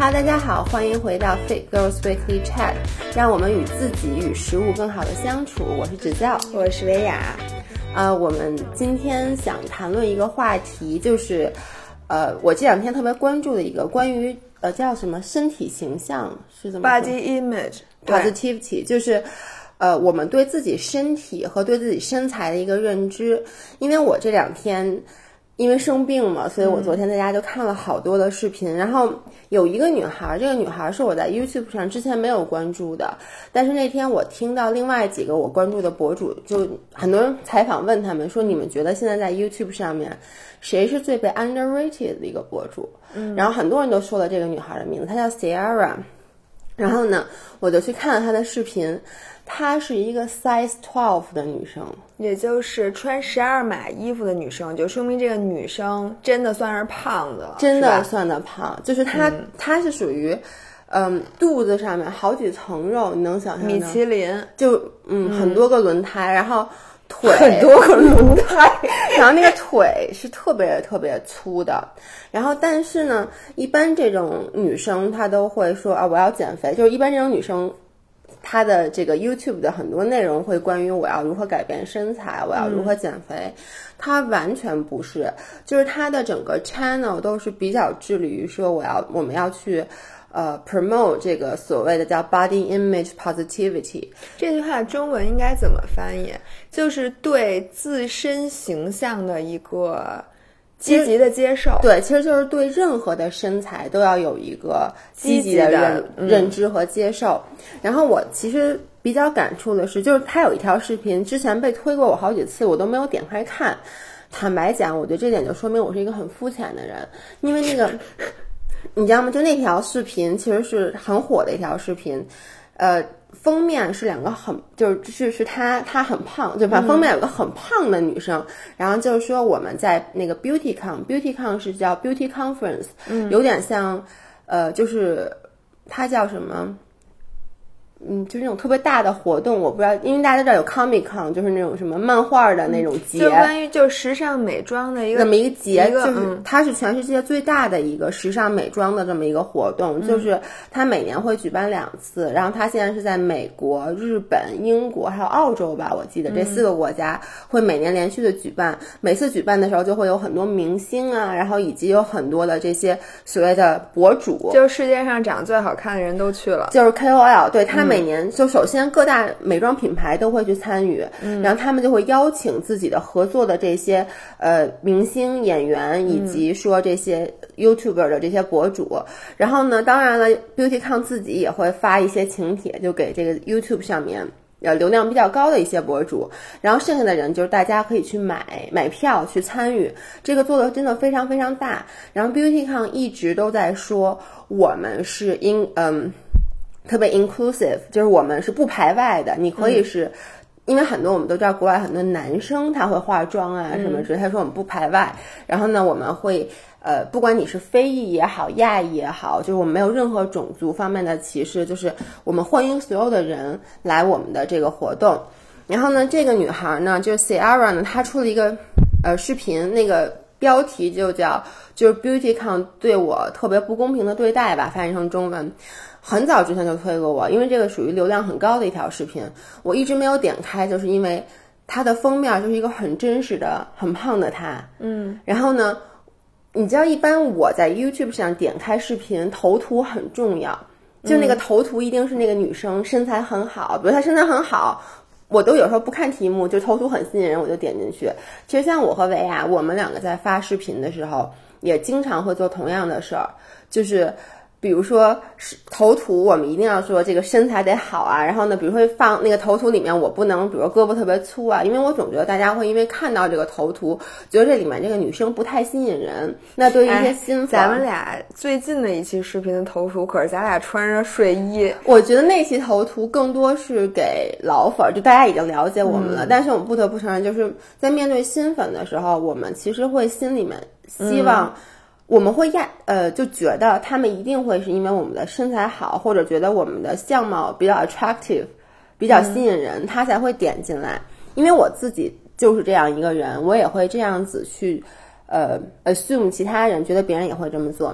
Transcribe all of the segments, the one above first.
哈，大家好，欢迎回到 Fit Girls Weekly Chat， 让我们与自己与食物更好的相处。我是芷教， 我是维雅。 我们今天想谈论一个话题，就是我这两天特别关注的一个关于叫什么身体形象是怎么说 Body image positivity， 就是我们对自己身体和对自己身材的一个认知。因为我这两天因为生病嘛，所以我昨天在家就看了好多的视频，然后有一个女孩，这个女孩是我在 YouTube 上之前没有关注的，但是那天我听到另外几个我关注的博主，就很多人采访问他们说，你们觉得现在在 YouTube 上面谁是最被 underrated 的一个博主？然后很多人都说了这个女孩的名字，她叫 Sierra。然后呢，我就去看了她的视频，她是一个 size 12的女生， 也就是穿12码衣服的女生，就说明这个女生真的算是胖的了， 真的算的胖，就是她是属于肚子上面好几层肉，你能想象吗？ 米其林， 就很多个轮胎，然后腿很多个轮胎， 然后那个腿是特别特别粗的。然后但是呢，一般这种女生她都会说啊，我要减肥，就是一般这种女生她的这个 YouTube 的很多内容会关于我要如何改变身材，我要如何减肥。她完全不是，就是她的整个 channel 都是比较致力于说我们要去promote 这个所谓的叫 body image positivity。 这句话中文应该怎么翻译？就是对自身形象的一个积极的接受。 对，其实就是对任何的身材都要有一个积极的认知和接受。然后我其实比较感触的是，就是他有一条视频之前被推过我好几次，我都没有点开看。坦白讲，我觉得这点就说明我是一个很肤浅的人，因为那个你知道吗？就那条视频其实是很火的一条视频，封面是两个是她很胖，就把封面有个很胖的女生，然后就是说我们在那个 BeautyCon 是叫 Beauty Conference，有点像就是它叫什么？就是那种特别大的活动，我不知道，因为大家都知道有 Comic Con， 就是那种什么漫画的那种节， 就关于就时尚美妆的这么一个节，就是它是全世界最大的一个时尚美妆的这么一个活动，就是它每年会举办2次，然后它现在是在美国、日本、英国还有澳洲吧，我记得这4个国家会每年连续的举办，每次举办的时候就会有很多明星啊，然后以及有很多的这些所谓的博主， 就是世界上长得最好看的人都去了， 就是 KOL， 对，他每年就首先各大美妆品牌都会去参与，然后他们就会邀请自己的合作的这些明星演员以及说这些 YouTuber 的这些博主，然后呢，当然了 BeautyCon 自己也会发一些请帖，就给这个 YouTube 上面流量比较高的一些博主，然后剩下的人就是大家可以去买票去参与，这个做的真的非常非常大。然后 BeautyCon 一直都在说我们是特别 inclusive， 就是我们是不排外的，你可以是因为很多我们都知道国外很多男生他会化妆啊什么之类，他说我们不排外，然后呢我们会不管你是非裔也好亚裔也好，就是我们没有任何种族方面的歧视，就是我们欢迎所有的人来我们的这个活动。然后呢这个女孩呢就是 Sierra 呢，她出了一个视频，那个标题就是 BeautyCon 对我特别不公平的对待吧，翻译成中文。很早之前就推过我，因为这个属于流量很高的一条视频，我一直没有点开，就是因为它的封面就是一个很真实的很胖的她。然后呢你知道一般我在 YouTube 上点开视频，头图很重要，就那个头图一定是那个女生身材很好，比如她身材很好，我都有时候不看题目，就头图很吸引人我就点进去。其实像我和维亚，我们2个在发视频的时候也经常会做同样的事儿，就是比如说头图我们一定要说这个身材得好啊，然后呢比如说放那个头图里面我不能比如说胳膊特别粗啊，因为我总觉得大家会因为看到这个头图觉得这里面这个女生不太吸引人，那对于一些新粉， 咱们俩最近的一期视频的头图可是咱俩穿着睡衣， 我觉得那期头图更多是给老粉，就大家已经了解我们了，但是我们不得不承认，就是在面对新粉的时候，我们其实会心里面希望我们会就觉得他们一定会是因为我们的身材好，或者觉得我们的相貌比较 attractive， 比较吸引人，他才会点进来。因为我自己就是这样一个人，我也会这样子去assume 其他人，觉得别人也会这么做。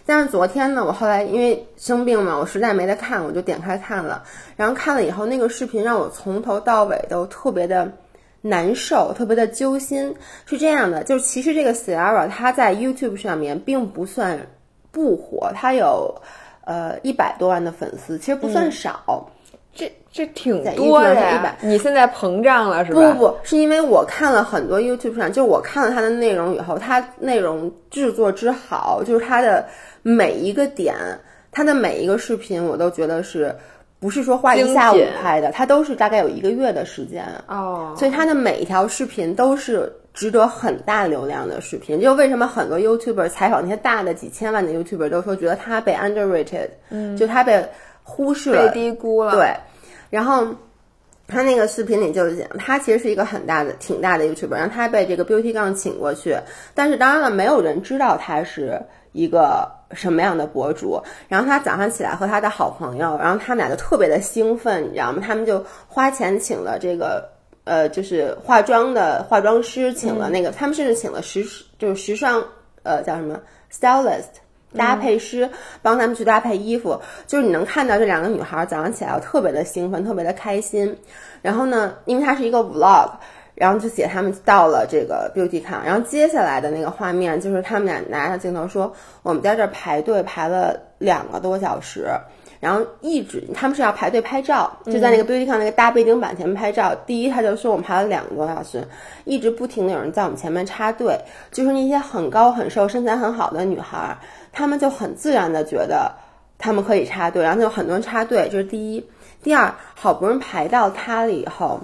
但是昨天呢，我后来因为生病嘛，我实在没得看，我就点开看了。然后看了以后，那个视频让我从头到尾都特别的难受，特别的揪心。是这样的，就是其实这个 Ciara 她在 YouTube 上面并不算不火，她有100多万的粉丝，其实不算少。 这挺多的呀！你现在膨胀了是吧？ 不，是因为我看了很多 YouTube 上，就我看了它的内容以后，它内容制作之好，就是它的每一个点，它的每一个视频，我都觉得是不是说花一下午拍的，它都是大概有1个月的时间哦， 所以它的每一条视频都是值得很大流量的视频。就为什么很多 YouTuber 采访那些大的几千万的 YouTuber 都说觉得他被 underrated，就他被忽视了， 被低估了， 对。然后他那个视频里就是讲，他其实是一个挺大的 YouTuber， 然后他被这个 Beauty Gang 请过去，但是当然了，没有人知道他是一个什么样的博主。然后他早上起来和他的好朋友，然后他们俩就特别的兴奋，你知道吗？他们就花钱请了这个就是化妆师，请了那个，他们甚至请了就是时尚叫什么 stylist。搭配师帮他们去搭配衣服，就是你能看到这2个女孩早上起来特别的兴奋，特别的开心。然后呢，因为它是一个 vlog， 然后就写他们到了这个 Beauty Con， 然后接下来的那个画面就是他们俩拿着镜头说，我们在这儿排队排了2个多小时。然后一直他们是要排队拍照，就在那个 Beauty Con 那个大背景板前面拍照。第一，他就说我们排了2个多小时，一直不停的有人在我们前面插队，就是那些很高很瘦、身材很好的女孩，她们就很自然的觉得她们可以插队，然后就有很多人插队，这是第一。第二，好不容易排到她了以后，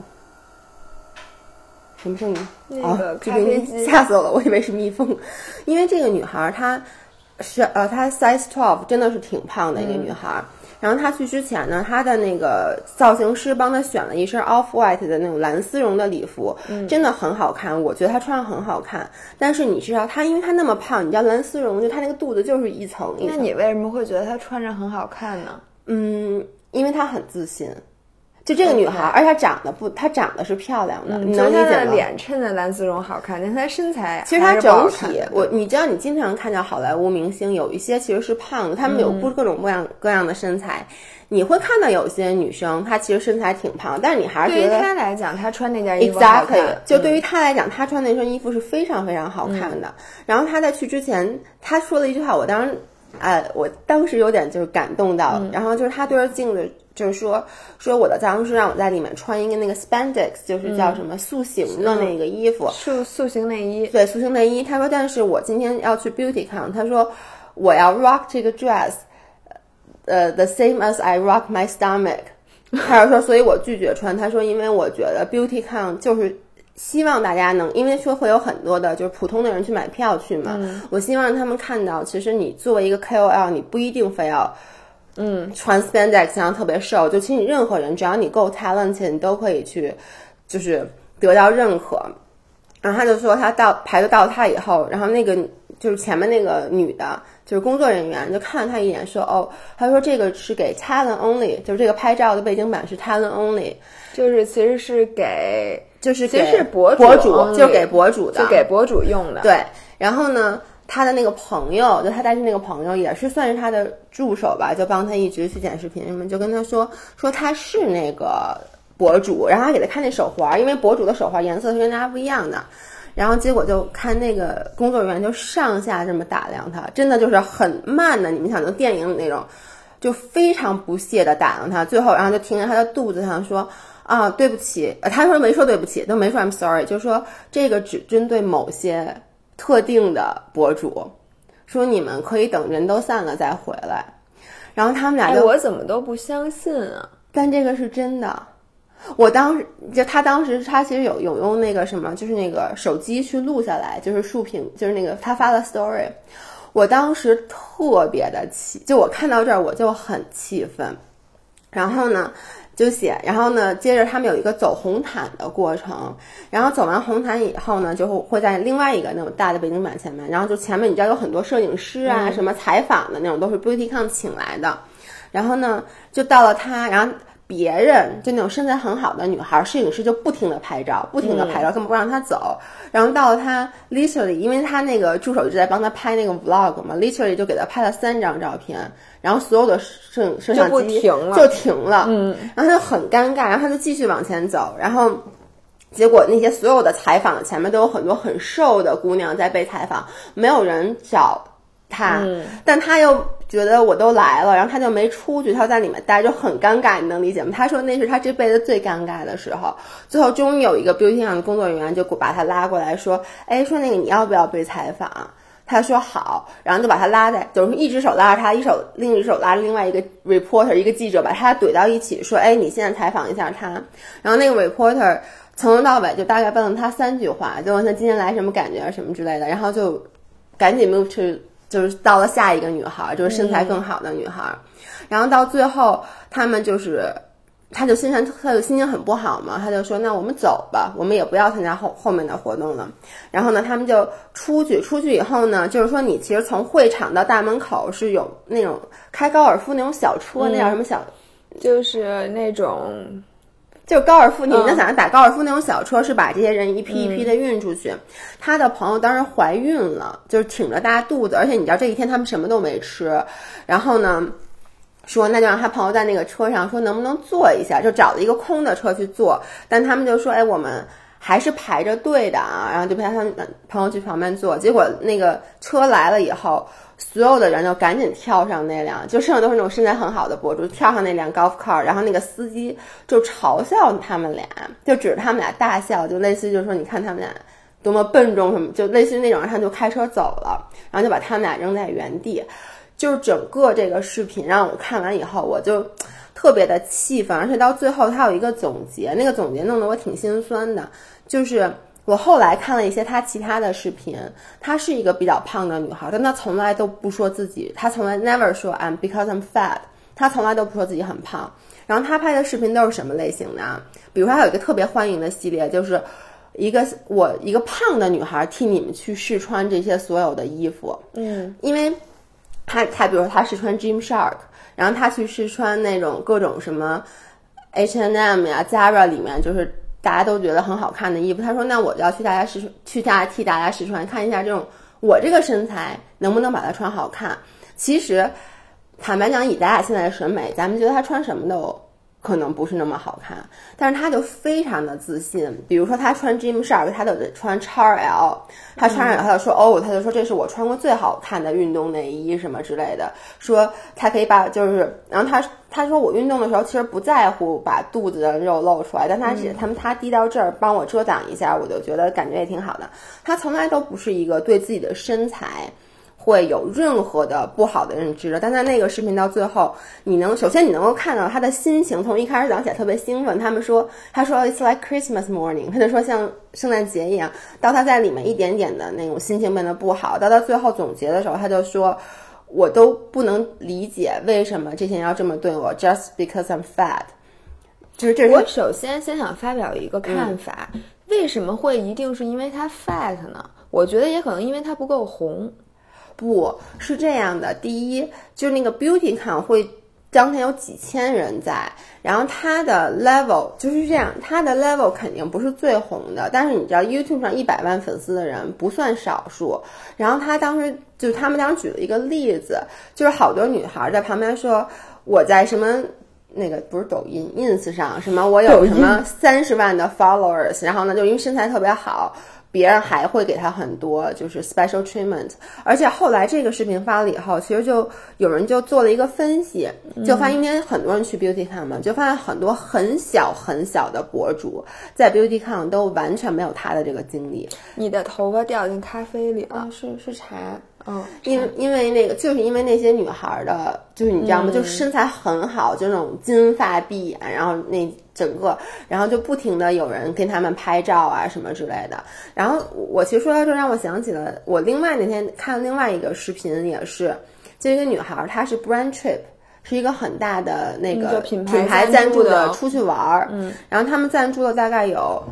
什么声音？ 那个咖啡机， 吓死我了，我以为是蜜蜂。因为这个女孩她是她 size 12，真的是挺胖的一个女孩。然后她去之前呢，她的那个造型师帮她选了一身 off white 的那种蓝丝绒的礼服，真的很好看，我觉得她穿上很好看。但是你知道她因为她那么胖，你知道蓝丝绒就她那个肚子就是一层一层。 那你为什么会觉得她穿着很好看呢？ 因为她很自信。就这个女孩，而且她长得是漂亮的，你能理解吗？ 她的脸衬的蓝丝绒好看，但她身材其实她整体，你知道，你经常看到好莱坞明星有一些其实是胖的，他们有各种各样的身材。你会看到有些女生她其实身材挺胖，但是你还是觉得对于她来讲，她穿那件衣服好看。 Exactly， 就对于她来讲，她穿那身衣服是非常非常好看的。然后她在去之前，她说了一句话，我当时有点就是感动到。然后就是她对着镜子。就是说我的造型师让我在里面穿一个那个 spandex， 就是叫什么塑形的那个衣服， 塑形内衣。 对，塑形内衣。他说，但是我今天要去 Beauty Con， 他说我要 rock 这个 dress， the same as I rock my stomach。他说，所以我拒绝穿。他说，因为我觉得 Beauty Con 就是希望大家能，因为说会有很多的就是普通的人去买票去嘛，我希望让他们看到，其实你作为一个 KOL， 你不一定非要。穿 spandex 然后特别瘦，就其实你任何人只要你够 talented， 你都可以去，就是得到认可。然后他就说他排队到他以后，然后那个就是前面那个女的，就是工作人员就看了他一眼说，他说这个是给 talent only， 就是这个拍照的背景板是 talent only， 就是其实是给博主，就是给博主的， 就给博主用的。 对，然后呢？他的那个朋友，就他带去那个朋友，也是算是他的助手吧，就帮他一直去剪视频什么，就跟他说他是那个博主，然后还给他看那手环，因为博主的手环颜色是跟大家不一样的。然后结果就看那个工作人员就上下这么打量他，真的就是很慢的，你们想成电影那种，就非常不屑的打量他。最后，然后就听着他的肚子上说啊，对不起，他说没说对不起，都没说 I'm sorry， 就说这个只针对某些。特定的博主说你们可以等人都散了再回来，然后他们俩我怎么都不相信啊？ 但这个是真的。他当时他其实有用那个什么，就是那个手机去录下来，就是竖屏，就是那个他发了 story。我当时特别的气，就我看到这儿我就很气愤。然后呢？就写，然后呢，接着他们有一个走红毯的过程，然后走完红毯以后呢，就会在另外一个那种大的背景板前面，然后就前面你知道有很多摄影师啊，什么采访的那种都是 Beauty Con 请来的，然后呢，就到了他，然后别人就那种身材很好的女孩，摄影师就不停的拍照，根本不让她走。然后到了她 literally， 因为她那个助手就在帮她拍那个 vlog 嘛 ，literally 就给她拍了3张照片，然后所有的摄像机就停了，然后她就很尴尬，然后她就继续往前走，然后结果那些所有的采访前面都有很多很瘦的姑娘在被采访，没有人找他，但他又觉得我都来了，然后他就没出去，他在里面待就很尴尬，你能理解吗？他说那是他这辈子最尴尬的时候。最后终于有一个 beauty 上的工作人员就把他拉过来说，哎，说那个你要不要被采访？他说好，然后就把他拉在，就是一只手拉着他，另一只手拉着另外一个 reporter 一个记者，把他怼到一起，说，哎，你现在采访一下他。然后那个 reporter 从头到尾就大概问了他3句话，就问他今天来什么感觉什么之类的，然后就赶紧 move to。就是到了下一个女孩，就是身材更好的女孩，然后到最后他们就是他就心情很不好嘛，他就说那我们走吧，我们也不要参加后面的活动了。然后呢他们就出去以后呢，就是说你其实从会场到大门口是有那种开高尔夫那种小车，那叫什么小， 就是那种就是高尔夫，你们想想打高尔夫那种小车，是把这些人一批一批的运出去。他的朋友当时怀孕了，就是挺着大肚子，而且你知道这一天他们什么都没吃。然后呢，说那就让他朋友在那个车上说能不能坐一下，就找了一个空的车去坐。但他们就说，哎，我们还是排着队的啊，然后就陪他们朋友去旁边坐。结果那个车来了以后，所有的人就赶紧跳上那辆，就剩下都是那种身材很好的博主，跳上那辆 golf car， 然后那个司机就嘲笑他们俩，就指着他们俩大笑，就类似于就是说你看他们俩多么笨重什么，就类似于那种，然后就开车走了，然后就把他们俩扔在原地。就是整个这个视频让我看完以后，我就特别的气愤，而且到最后他有一个总结，那个总结弄得我挺心酸的，就是我后来看了一些她其他的视频，她是一个比较胖的女孩，但她从来都不说自己，她从来 never 说 I'm because I'm fat， 她从来都不说自己很胖。然后她拍的视频都是什么类型的？比如说她有一个特别欢迎的系列，就是一个胖的女孩替你们去试穿这些所有的衣服，因为她比如说她试穿 Gymshark， 然后她去试穿那种各种什么 H&M 呀 Zara 里面就是大家都觉得很好看的衣服，他说那我就要替大家替大家试穿，看一下这种我这个身材能不能把它穿好看。其实坦白讲，以咱俩现在的审美，咱们觉得他穿什么都可能不是那么好看，但是他就非常的自信。比如说他穿 Gymshark， 他得穿 XL， 他穿上他就说他就说这是我穿过最好看的运动内衣什么之类的，说他可以把就是然后他说我运动的时候其实不在乎把肚子的肉露出来，但他低到这儿帮我遮挡一下，我就觉得感觉也挺好的。他从来都不是一个对自己的身材会有任何的不好的认知的，但在那个视频到最后，首先你能够看到他的心情，从一开始早上起来特别兴奋，他说 it's like Christmas morning， 他就说像圣诞节一样，到他在里面一点点的那种心情变得不好，到他最后总结的时候，他就说我都不能理解为什么这些人要这么对我 just because I'm fat。 就是这是我首先想发表一个看法，为什么会一定是因为他 fat 呢？我觉得也可能因为他不够红。 不是这样的，第一就是那个 BeautyCon 会当天有几千人在，然后他的 level 就是这样，他的 level 肯定不是最红的，但是你知道 YouTube 上100万粉丝的人不算少数。然后他们当时举了一个例子，就是好多女孩在旁边说我在什么那个不是抖音 ins 上什么我有什么30万的 followers， 然后呢就因为身材特别好，别人还会给他很多就是 special treatment。 而且后来这个视频发了以后，其实就有人就做了一个分析，就发现因为很多人去 BeautyCon 嘛，就发现很多很小很小的博主在 BeautyCon 都完全没有他的这个经历。 你的头发掉进咖啡里了。 是茶。 因为那个就是因为那些女孩的，就是你知道吗？就是身材很好，就那种金发碧眼，然后那整个，然后就不停的有人跟他们拍照啊什么之类的。然后我其实说到这让我想起了我另外那天看另外一个视频，也是就一个女孩，她是 brand trip， 是一个很大的那个品牌赞助的出去玩，然后他们赞助了大概有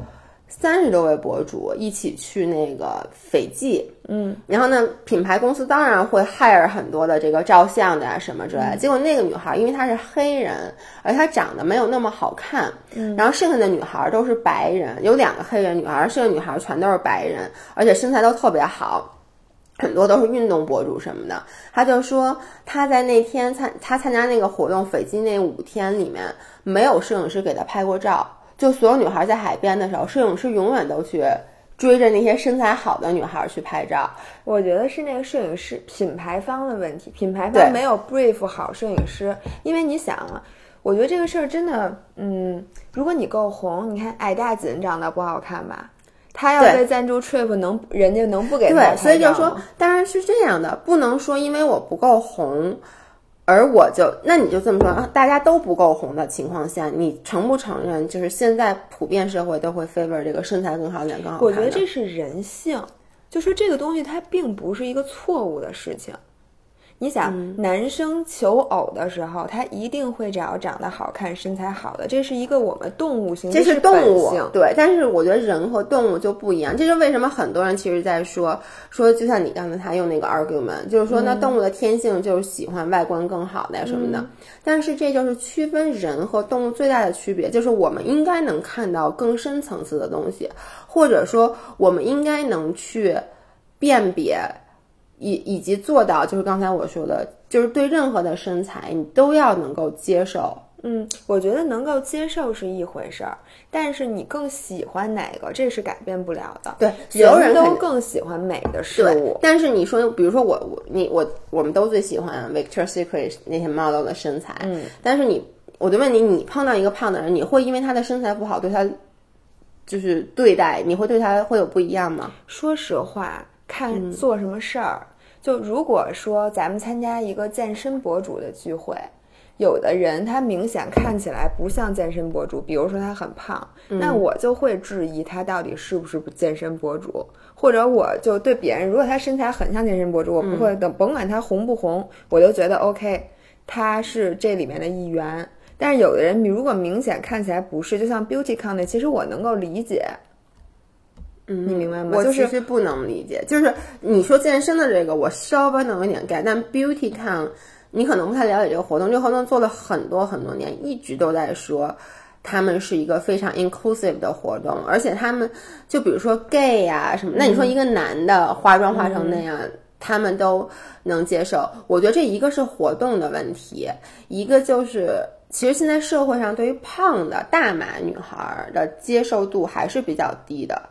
30多位博主一起去那个斐济，然后呢，品牌公司当然会 hire 很多的这个照相的呀什么之类的。结果那个女孩因为她是黑人，而她长得没有那么好看，然后剩下的女孩都是白人，有2个黑人女孩，剩下女孩全都是白人，而且身材都特别好。很多都是运动博主什么的，他就说他在那天他参加那个活动斐济那5天里面，没有摄影师给他拍过照。就所有女孩在海边的时候，摄影师永远都去追着那些身材好的女孩去拍照。 我觉得是那个摄影师品牌方的问题，品牌方没有 brief 好摄影师。因为你想啊，我觉得这个事儿真的，如果你够红，你看矮大紧长得不好看吧？他要被赞助 trip， 人家能不给他拍照吗？ 对，所以就说，当然是这样的，不能说因为我不够红，而我就，那你就这么说，大家都不够红的情况下，你承不承认，就是现在普遍社会都会 favor 这个身材更好、脸更好看的？ 我觉得这是人性，就说这个东西它并不是一个错误的事情。你想，男生求偶的时候，他一定会找长得好看、身材好的，这是一个我们动物性， 这是动物，对。但是我觉得人和动物就不一样，这就是为什么很多人其实在说，就像你刚才他用那个 argument， 就是说，那动物的天性就是喜欢外观更好的呀什么的。但是这就是区分人和动物最大的区别，就是我们应该能看到更深层次的东西，或者说我们应该能去辨别。以及做到，就是刚才我说的，就是对任何的身材你都要能够接受。 我觉得能够接受是一回事儿，但是你更喜欢哪个，这是改变不了的。 对，所有人都更喜欢美的事物。 但是你说，比如说我们都最喜欢 Victoria's Secret 那些 model 的身材，但是我就问你，你碰到一个胖的人，你会因为他的身材不好对他就是对待，你会对他会有不一样吗？ 说实话，看做什么事儿。就如果说咱们参加一个健身博主的聚会，有的人他明显看起来不像健身博主，比如说他很胖，那我就会质疑他到底是不是健身博主，或者我就对别人，如果他身材很像健身博主，我不会甭管他红不红，我就觉得 OK， 他是这里面的一员。但是有的人如果明显看起来不是，就像 BeautyCon 那，其实我能够理解。你明白吗？ 我其实不能理解，就是你说健身的这个，我稍微能有点 get， 但 BeautyCon 你可能不太了解这个活动。这个活动做了很多很多年，一直都在说他们是一个非常 inclusive 的活动，而且他们就比如说 gay 啊什么，那你说一个男的化妆化成那样，他们都能接受。我觉得这一个是活动的问题，一个就是其实现在社会上对于胖的大码女孩的接受度还是比较低的。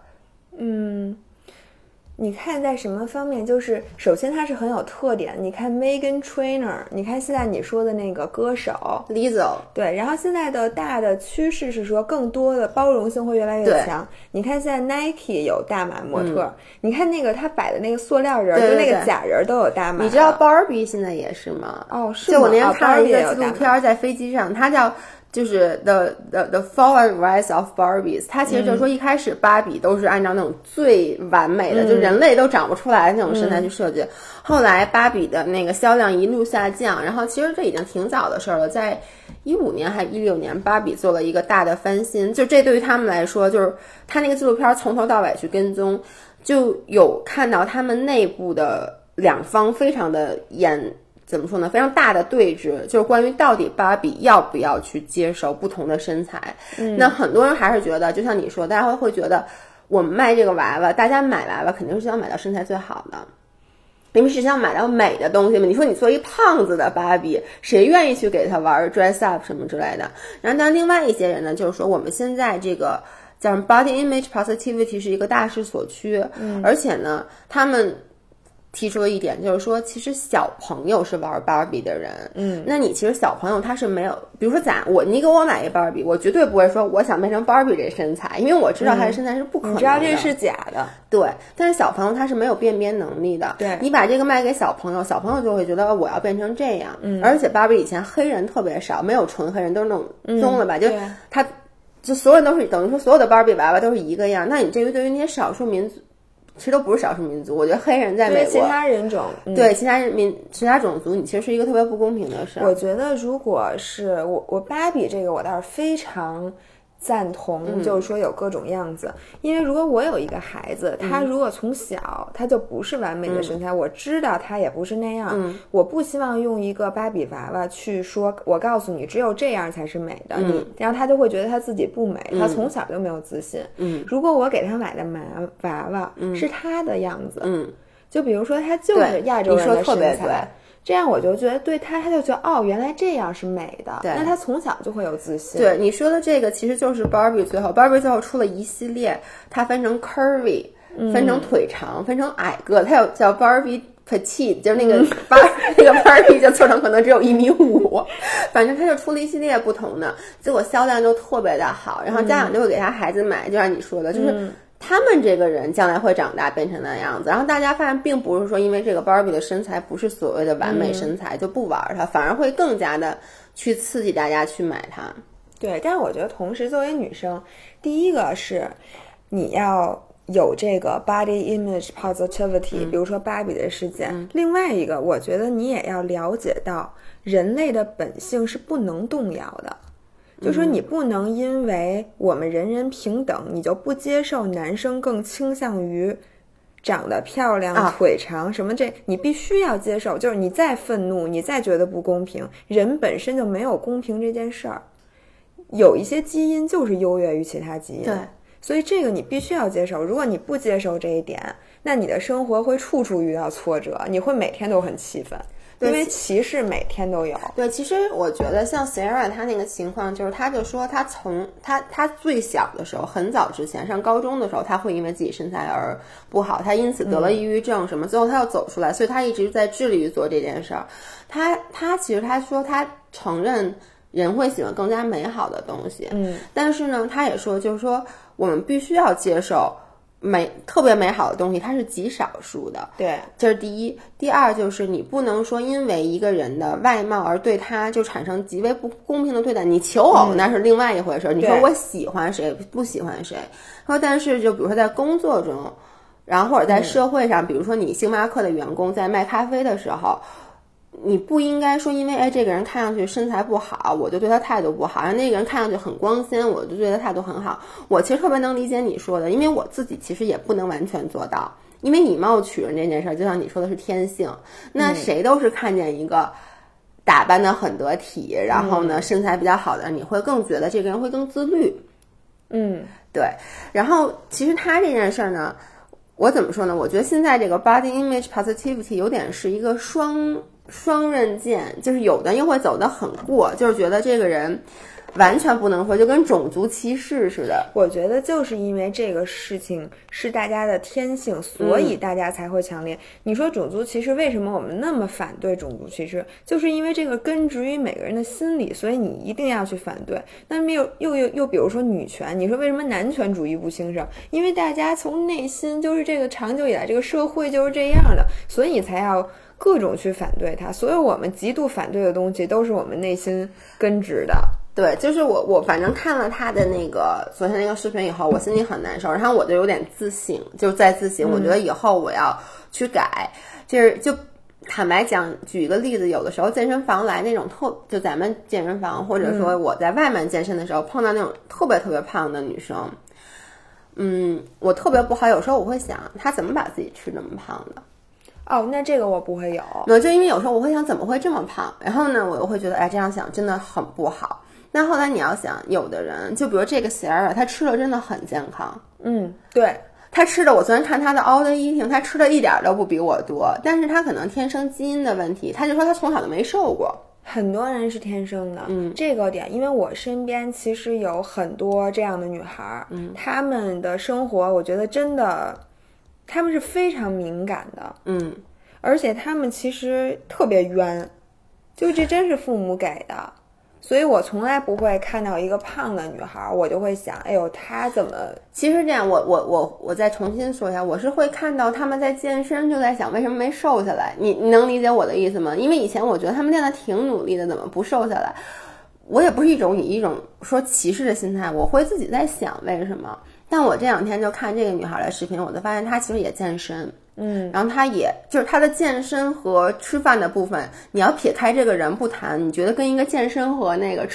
你看在什么方面，就是首先它是很有特点，你看 Meghan Trainor， 你看现在你说的那个歌手 Lizzo， 对，然后现在的大的趋势是说更多的包容性会越来越强。你看现在 Nike 有大码模特，你看那个他摆的那个塑料人，就那个假人都有大码。 你知道 Barbie 现在也是吗？ 哦，是吗？ 就我那天看了一个纪录片，在飞机上，它叫就是 the fall and rise of Barbies， 它其实就是说一开始芭比都是按照那种最完美的，就人类都长不出来的那种身材去设计，后来芭比的那个销量一路下降，然后其实这已经挺早的事了，在15年还是16年，芭比做了一个大的翻新，就这对于他们来说，就是他那个纪录片从头到尾去跟踪，就有看到他们内部的两方非常的怎么说呢？非常大的对峙，就是关于到底芭比要不要去接受不同的身材。那很多人还是觉得，就像你说，大家会觉得我们卖这个娃娃，大家买娃娃肯定是想买到身材最好的，因为是想买到美的东西嘛。你说你做一胖子的芭比，谁愿意去给他玩 dress up 什么之类的？然后，但另外一些人呢，就是说我们现在这个叫 body image positivity 是一个大势所趋，而且呢，他们提出了一点，就是说，其实小朋友是玩芭比的人，那你其实小朋友他是没有，比如说你给我买一芭比，我绝对不会说我想变成芭比这身材，因为我知道他的身材是不可能的， 你知道这是假的， 对。但是小朋友他是没有辨别能力的， 对， 你把这个卖给小朋友，小朋友就会觉得我要变成这样，而且芭比以前黑人特别少，没有纯黑人，都是那种棕了吧，就所有人都是等于说所有的芭比娃娃都是一个样，那你这个对于那些少数民族。其实都不是少数民族，我觉得黑人在美国， 其他人种， 对其他种族，你其实是一个特别不公平的事。 我觉得如果是我芭比这个，我倒是非常赞同，就是说有各种样子。因为如果我有一个孩子，他如果从小他就不是完美的身材，我知道他也不是那样，我不希望用一个芭比娃娃去说，我告诉你只有这样才是美的，然后他就会觉得他自己不美，他从小就没有自信。如果我给他买的娃娃是他的样子，就比如说他就是亚洲人的身材，这样我就觉得对他就觉得哦，原来这样是美的，那他从小就会有自信。 对你说的这个，其实就是 Barbie 最后出了一系列，它分成 curvy，分成腿长，分成矮个，它有叫 Barbie petite， 就是那个那个 Barbie 就做成可能只有1.5米，反正它就出了一系列不同的，结果销量就特别的好，然后家长就会给他孩子买，就像你说的，就是他们这个人将来会长大变成那样子，然后大家发现并不是说因为这个 Barbie 的身材不是所谓的完美身材就不玩它，反而会更加的去刺激大家去买它。 对，但是我觉得同时作为女生，第一个是你要有这个 body image positivity，比如说芭比的事件，另外一个我觉得你也要了解到人类的本性是不能动摇的。就说你不能因为我们人人平等，你就不接受男生更倾向于长得漂亮、腿长什么这，你必须要接受。就是你再愤怒，你再觉得不公平，人本身就没有公平这件事儿，有一些基因就是优越于其他基因。 对， 所以这个你必须要接受。如果你不接受这一点，那你的生活会处处遇到挫折，你会每天都很气愤。因为歧视每天都有。 对，其实我觉得像 Sarah 她那个情况，就是她就说她从她最小的时候，很早之前上高中的时候，她会因为自己身材而不好，她因此得了抑郁症什么，最后她要走出来，所以她一直在致力于做这件事儿。她其实她说她承认人会喜欢更加美好的东西，但是呢，她也说就是说我们必须要接受。特别美好的东西，它是极少数的。 对， 这是第一。第二就是你不能说因为一个人的外貌而对他就产生极为不公平的对待。你求偶那是另外一回事，你说我喜欢谁不喜欢谁。说但是就比如说在工作中，然后或者在社会上，比如说你星巴克的员工在卖咖啡的时候。你不应该说因为这个人看上去身材不好我就对他态度不好，然后那个人看上去很光鲜我就对他态度很好。我其实特别能理解你说的，因为我自己其实也不能完全做到，因为以貌取人这件事就像你说的是天性，那谁都是看见一个打扮得很得体然后呢身材比较好的，你会更觉得这个人会更自律。对。然后其实他这件事呢，我怎么说呢，我觉得现在这个 body image positivity 有点是一个双刃剑，就是有的又会走得很过，就是觉得这个人完全不能说，就跟种族歧视似的。 我觉得就是因为这个事情是大家的天性，所以大家才会强烈。你说种族歧视，为什么我们那么反对种族歧视？就是因为这个根植于每个人的心理，所以你一定要去反对。那么又比如说女权，你说为什么男权主义不兴盛？因为大家从内心就是这个长久以来这个社会就是这样的，所以才要各种去反对它。所以我们极度反对的东西都是我们内心根植的。 对，就是我反正看了他的那个昨天那个视频以后，我心里很难受，然后我就有点自省，就在自省，我觉得以后我要去改。就坦白讲，举一个例子，有的时候健身房来那种就咱们健身房或者说我在外面健身的时候，碰到那种特别特别胖的女生，我特别不好，有时候我会想她怎么把自己吃这么胖的。 哦，那这个我不会有。 就因为有时候我会想怎么会这么胖，然后呢我又会觉得这样想真的很不好。那后来你要想，有的人就比如这个Sarah，她吃的真的很健康。 对， 她吃的，我昨天看她的 all day eating，她吃的一点都不比我多，但是她可能天生基因的问题，她就说她从小就没瘦过。 很多人是天生的，这个点，因为我身边其实有很多这样的女孩，她们的生活，我觉得真的，她们是非常敏感的，而且她们其实特别冤，就这真是父母给的。所以我从来不会看到一个胖的女孩，我就会想，哎呦，她怎么？ 其实这样，我再重新说一下，我是会看到他们在健身，就在想为什么没瘦下来。你能理解我的意思吗？因为以前我觉得他们练得挺努力的，怎么不瘦下来？我也不是以一种说歧视的心态，我会自己在想为什么。但我这两天就看这个女孩的视频，我就发现她其实也健身。然后她也就是她的健身和吃饭的部分，你要撇开这个人不谈，你觉得跟一个健身和那个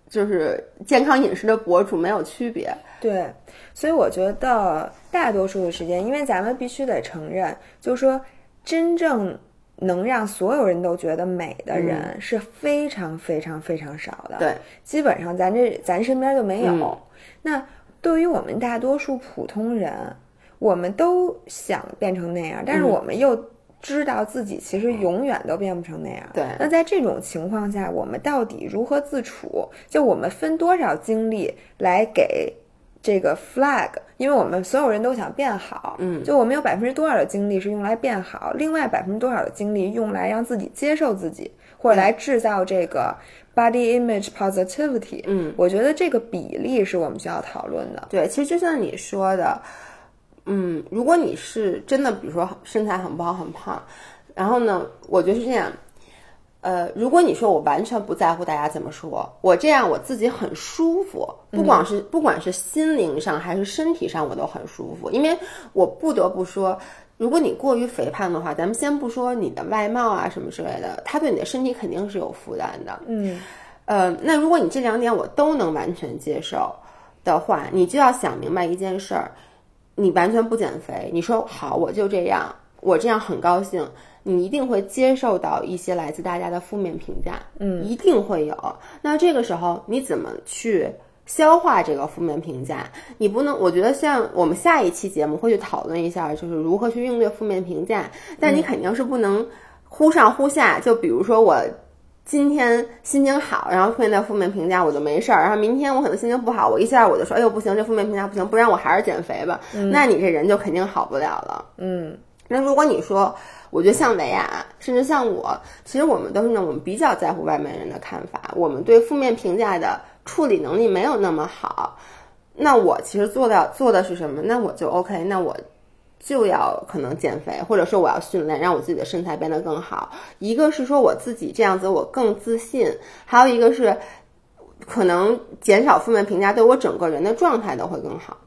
就是健康饮食的博主没有区别。 对，所以我觉得大多数的时间，因为咱们必须得承认，就是说真正能让所有人都觉得美的人是非常非常非常少的。 对， 基本上咱身边就没有。那对于我们大多数普通人，我们都想变成那样，但是我们又知道自己其实永远都变不成那样。 对， 那在这种情况下，我们到底如何自处？就我们分多少精力来给这个 flag， 因为我们所有人都想变好，就我们有多少的精力是用来变好，另外多少的精力用来让自己接受自己，或者来制造这个 body image positivity。我觉得这个比例是我们需要讨论的。 对，其实就像你说的，如果你是真的，比如说身材很不好、很胖，然后呢，我觉得是这样。如果你说我完全不在乎大家怎么说，我这样我自己很舒服，不管是心灵上还是身体上，我都很舒服。因为我不得不说，如果你过于肥胖的话，咱们先不说你的外貌啊什么之类的，它对你的身体肯定是有负担的。那如果你这2点我都能完全接受的话，你就要想明白一件事儿，你完全不减肥，你说好我就这样，我这样很高兴，你一定会接受到一些来自大家的负面评价，一定会有。那这个时候你怎么去消化这个负面评价？你不能，我觉得像我们下一期节目会去讨论一下，就是如何去应对负面评价，但你肯定是不能忽上忽下。就比如说我今天心情好，然后出现在负面评价我就没事儿，然后明天我可能心情不好，我一下我就说哎呦不行，这负面评价不行，不然我还是减肥吧，那你这人就肯定好不了了。那如果你说，我觉得像维亚，甚至像我，其实我们都是那种比较在乎外面人的看法，我们对负面评价的处理能力没有那么好。那我其实做的是什么？那我就 OK， 那我就要可能减肥，或者说我要训练，让我自己的身材变得更好。一个是说我自己这样子我更自信，还有一个是可能减少负面评价，对我整个人的状态都会更好。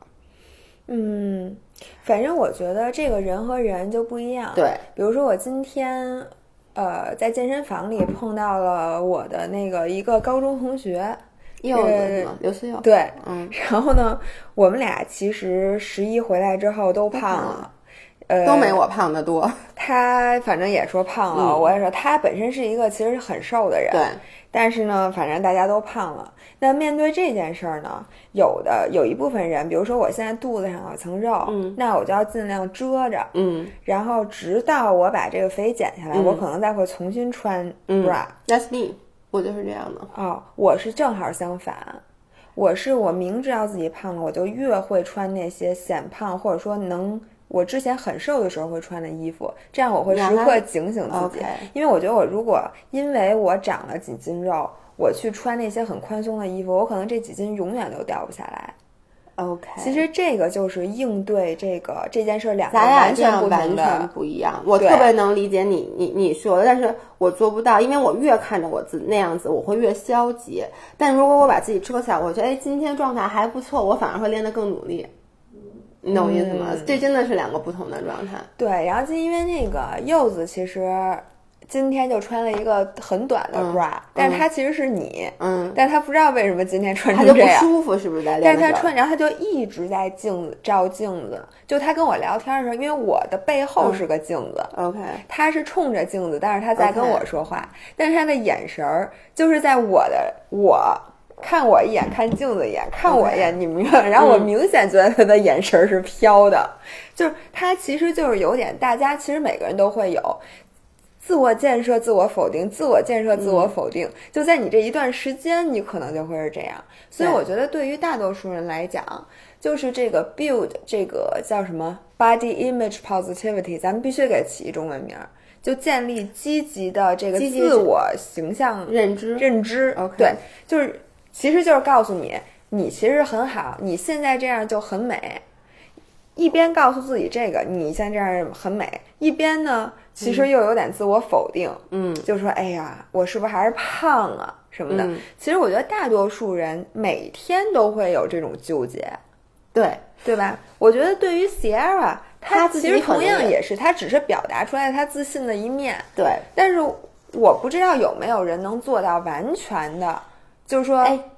反正我觉得这个人和人就不一样。 对， 比如说我今天在健身房里碰到了我的那个一个高中同学， 刘思佑。 对，然后呢，我们俩其实11回来之后都胖了。 都没我胖得多。 他反正也说胖了，我也说他本身是一个其实很瘦的人， 对。 但是呢，反正大家都胖了。那面对这件事儿呢，有一部分人，比如说我现在肚子上有层肉，那我就要尽量遮着，然后直到我把这个肥减下来，我可能再会重新穿 bra。 That's me， 我就是这样的。 我是正好相反，我明知道自己胖了，我就越会穿那些显胖或者说我之前很瘦的时候会穿的衣服，这样我会时刻警醒自己。因为我觉得我如果因为我长了几斤肉，我去穿那些很宽松的衣服，我可能这几斤永远都掉不下来。 OK， 其实这个就是应对这件事两个完全不同的， 完全不一样。我特别能理解你说的，但是我做不到，因为我越看着我自己那样子，我会越消极。但如果我把自己遮起来，我觉得今天状态还不错，我反而会练得更努力。你懂我意思吗？这真的是两个不同的状态。 对，然后就因为那个柚子其实今天就穿了一个很短的 bra，但是他其实是你，但他不知道为什么今天穿成这样， 他就不舒服，是不是在练的时候？但是他穿，然后他就一直在照镜子。就他跟我聊天的时候，因为我的背后是个镜子 ，OK， 他是冲着镜子，但是他在跟我说话，但是他的眼神就是在我看我一眼，看镜子一眼，看我一眼，你明白？然后我明显觉得他的眼神是飘的，就是他其实就是有点，大家其实每个人都会有自我建设、自我否定、自我建设、自我否定，就在你这一段时间，你可能就会是这样。所以我觉得对于大多数人来讲，就是这个 build 这个叫什么 body image positivity， 咱们必须给起一中文名。就建立积极的这个自我形象认知。 OK， 对，其实就是告诉你，你其实很好，你现在这样就很美。一边告诉自己这个你现在这样很美，一边呢，其实又有点自我否定。就说哎呀，我是不是还是胖啊什么的。其实我觉得大多数人每天都会有这种纠结，对吧？我觉得对于 Sierra， 她其实同样也是，她只是表达出来她自信的一面。 对， 但是我不知道有没有人能做到完全的。就是说，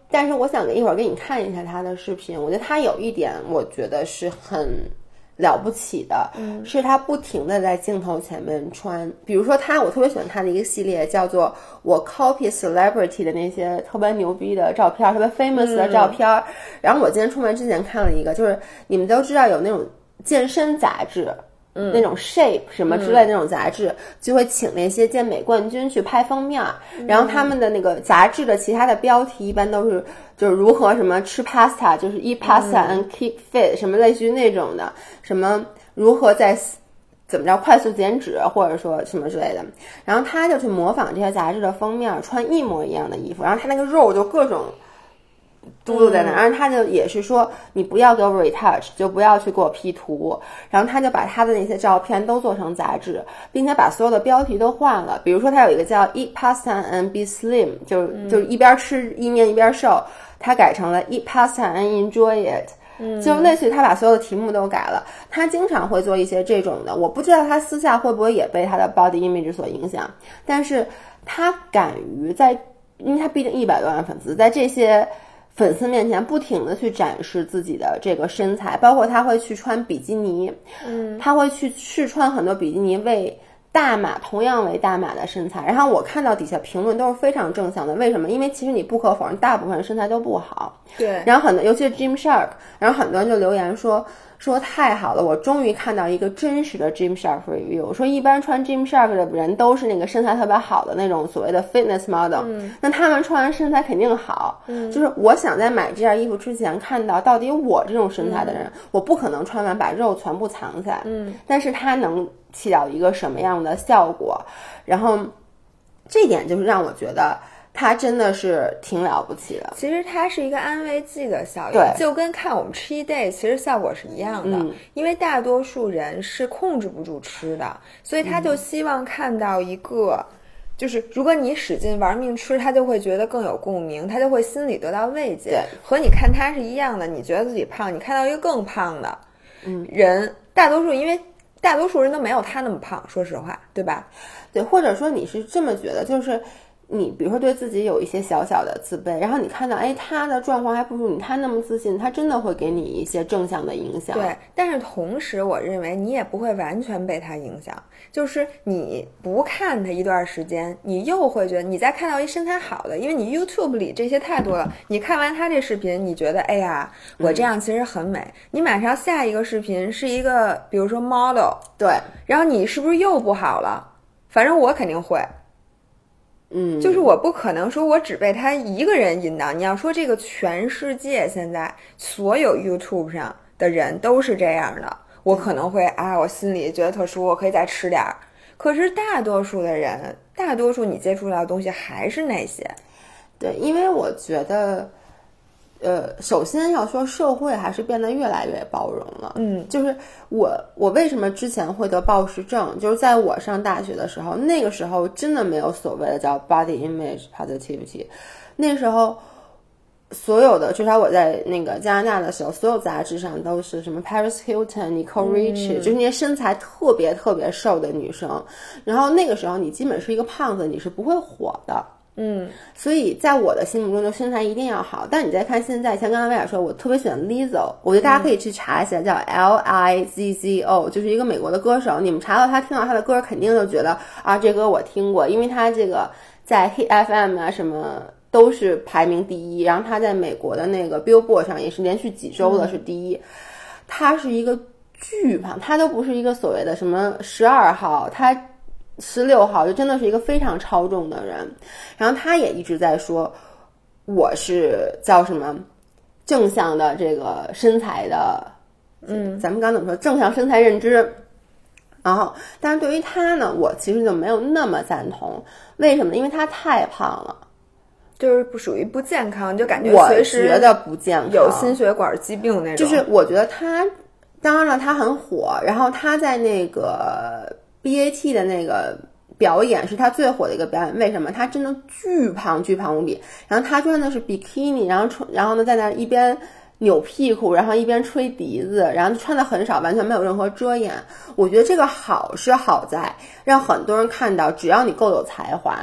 但是我想一会儿给你看一下他的视频，我觉得他有一点我觉得是很了不起的，是他不停的在镜头前面穿，比如说我特别喜欢他的一个系列叫做我 copy celebrity 的那些特别牛逼的照片，特别 famous 的照片，然后我今天出门之前看了一个，就是你们都知道有那种健身杂志，那种 Shape 什么之类的那种杂志，就会请那些健美冠军去拍封面，然后他们的那个杂志的其他的标题一般都是就是如何什么吃 pasta， 就是 eat pasta and keep fit，什么类似于那种的，什么如何在怎么着快速减脂或者说什么之类的，然后他就去模仿这些杂志的封面，穿一模一样的衣服，然后他那个肉就各种嘟嘟在那，然后他就也是说你不要给我 retouch， 就不要去给我 P 图，然后他就把他的那些照片都做成杂志，并且把所有的标题都换了，比如说他有一个叫 Eat Pasta and Be Slim， 就是一边吃意面一边瘦，他改成了 Eat Pasta and Enjoy It，就类似于他把所有的题目都改了，他经常会做一些这种的，我不知道他私下会不会也被他的 body image 所影响，但是他敢于因为他毕竟100多万粉丝，在这些粉丝面前不停的去展示自己的这个身材，包括他会去穿比基尼，他会去试穿很多比基尼为同样为大码的身材，然后我看到底下评论都是非常正向的，为什么？因为其实你不可否认大部分人身材都不好， 对， 然后尤其是 Gymshark， 然后很多人就留言说太好了，我终于看到一个真实的 Gymshark review， 说一般穿 Gymshark 的人都是那个身材特别好的那种所谓的 fitness model，那他们穿完身材肯定好，就是我想在买这件衣服之前看到到底我这种身材的人，我不可能穿完把肉全部藏起来，但是它能起到一个什么样的效果，然后这点就是让我觉得它真的是挺了不起的。 其实它是一个安慰剂的效应， 对， 就跟看我们吃一 day 其实效果是一样的，因为大多数人是控制不住吃的，所以他就希望看到一个就是如果你使劲玩命吃，他就会觉得更有共鸣，他就会心里得到慰藉，和你看他是一样的，你觉得自己胖，你看到一个更胖的人，大多数因为大多数人都没有他那么胖，说实话，对吧？ 对，或者说你是这么觉得，就是你比如说对自己有一些小小的自卑，然后你看到他的状况还不如你，他那么自信，他真的会给你一些正向的影响。 对，但是同时我认为你也不会完全被他影响，就是你不看他一段时间，你又会觉得你再看到一身材好的，因为你 YouTube 里这些太多了，你看完他这视频你觉得哎呀我这样其实很美，你马上下一个视频是一个比如说 model， 对， 然后你是不是又不好了？反正我肯定会，就是我不可能说我只被他一个人引导，你要说这个全世界现在所有 YouTube 上的人都是这样的，我可能会我心里觉得特殊，我可以再吃点儿，可是大多数的人，大多数你接触到的东西还是那些。 对，因为我觉得首先要说社会还是变得越来越包容了，就是我为什么之前会得暴食症，就是在我上大学的时候，那个时候真的没有所谓的叫 body image positivity， 那时候所有的至少我在那个加拿大的时候，所有杂志上都是什么 Paris Hilton、Nicole Richie，就是那些身材特别特别瘦的女生，然后那个时候你基本是一个胖子，你是不会火的。所以在我的心目中，就身材一定要好。但你再看现在，像刚才薇娅说，我特别喜欢 Lizzo， 我觉得大家可以去查一下，叫 Lizzo， 就是一个美国的歌手。你们查到他，听到他的歌，肯定就觉得这歌我听过，因为他这个在 Hit FM 啊什么都是排名第一，然后他在美国的那个 Billboard 上也是连续几周的是第一。他是一个巨胖，他都不是一个所谓的什么12号，他16号就真的是一个非常超重的人，然后他也一直在说我是叫什么正向的这个身材的，咱们刚怎么说正向身材认知，然后但是对于他呢，我其实就没有那么赞同。为什么？因为他太胖了， 就是不属于不健康，就感觉随时我觉得不健康， 有心血管疾病那种。 就是我觉得他当然了，他很火，然后他在那个BAT 的那个表演是他最火的一个表演，为什么？他真的巨胖巨胖无比，然后他穿的是比基尼，然后呢在那一边扭屁股，然后一边吹笛子，然后穿的很少，完全没有任何遮掩。我觉得这个好是好在让很多人看到，只要你够有才华，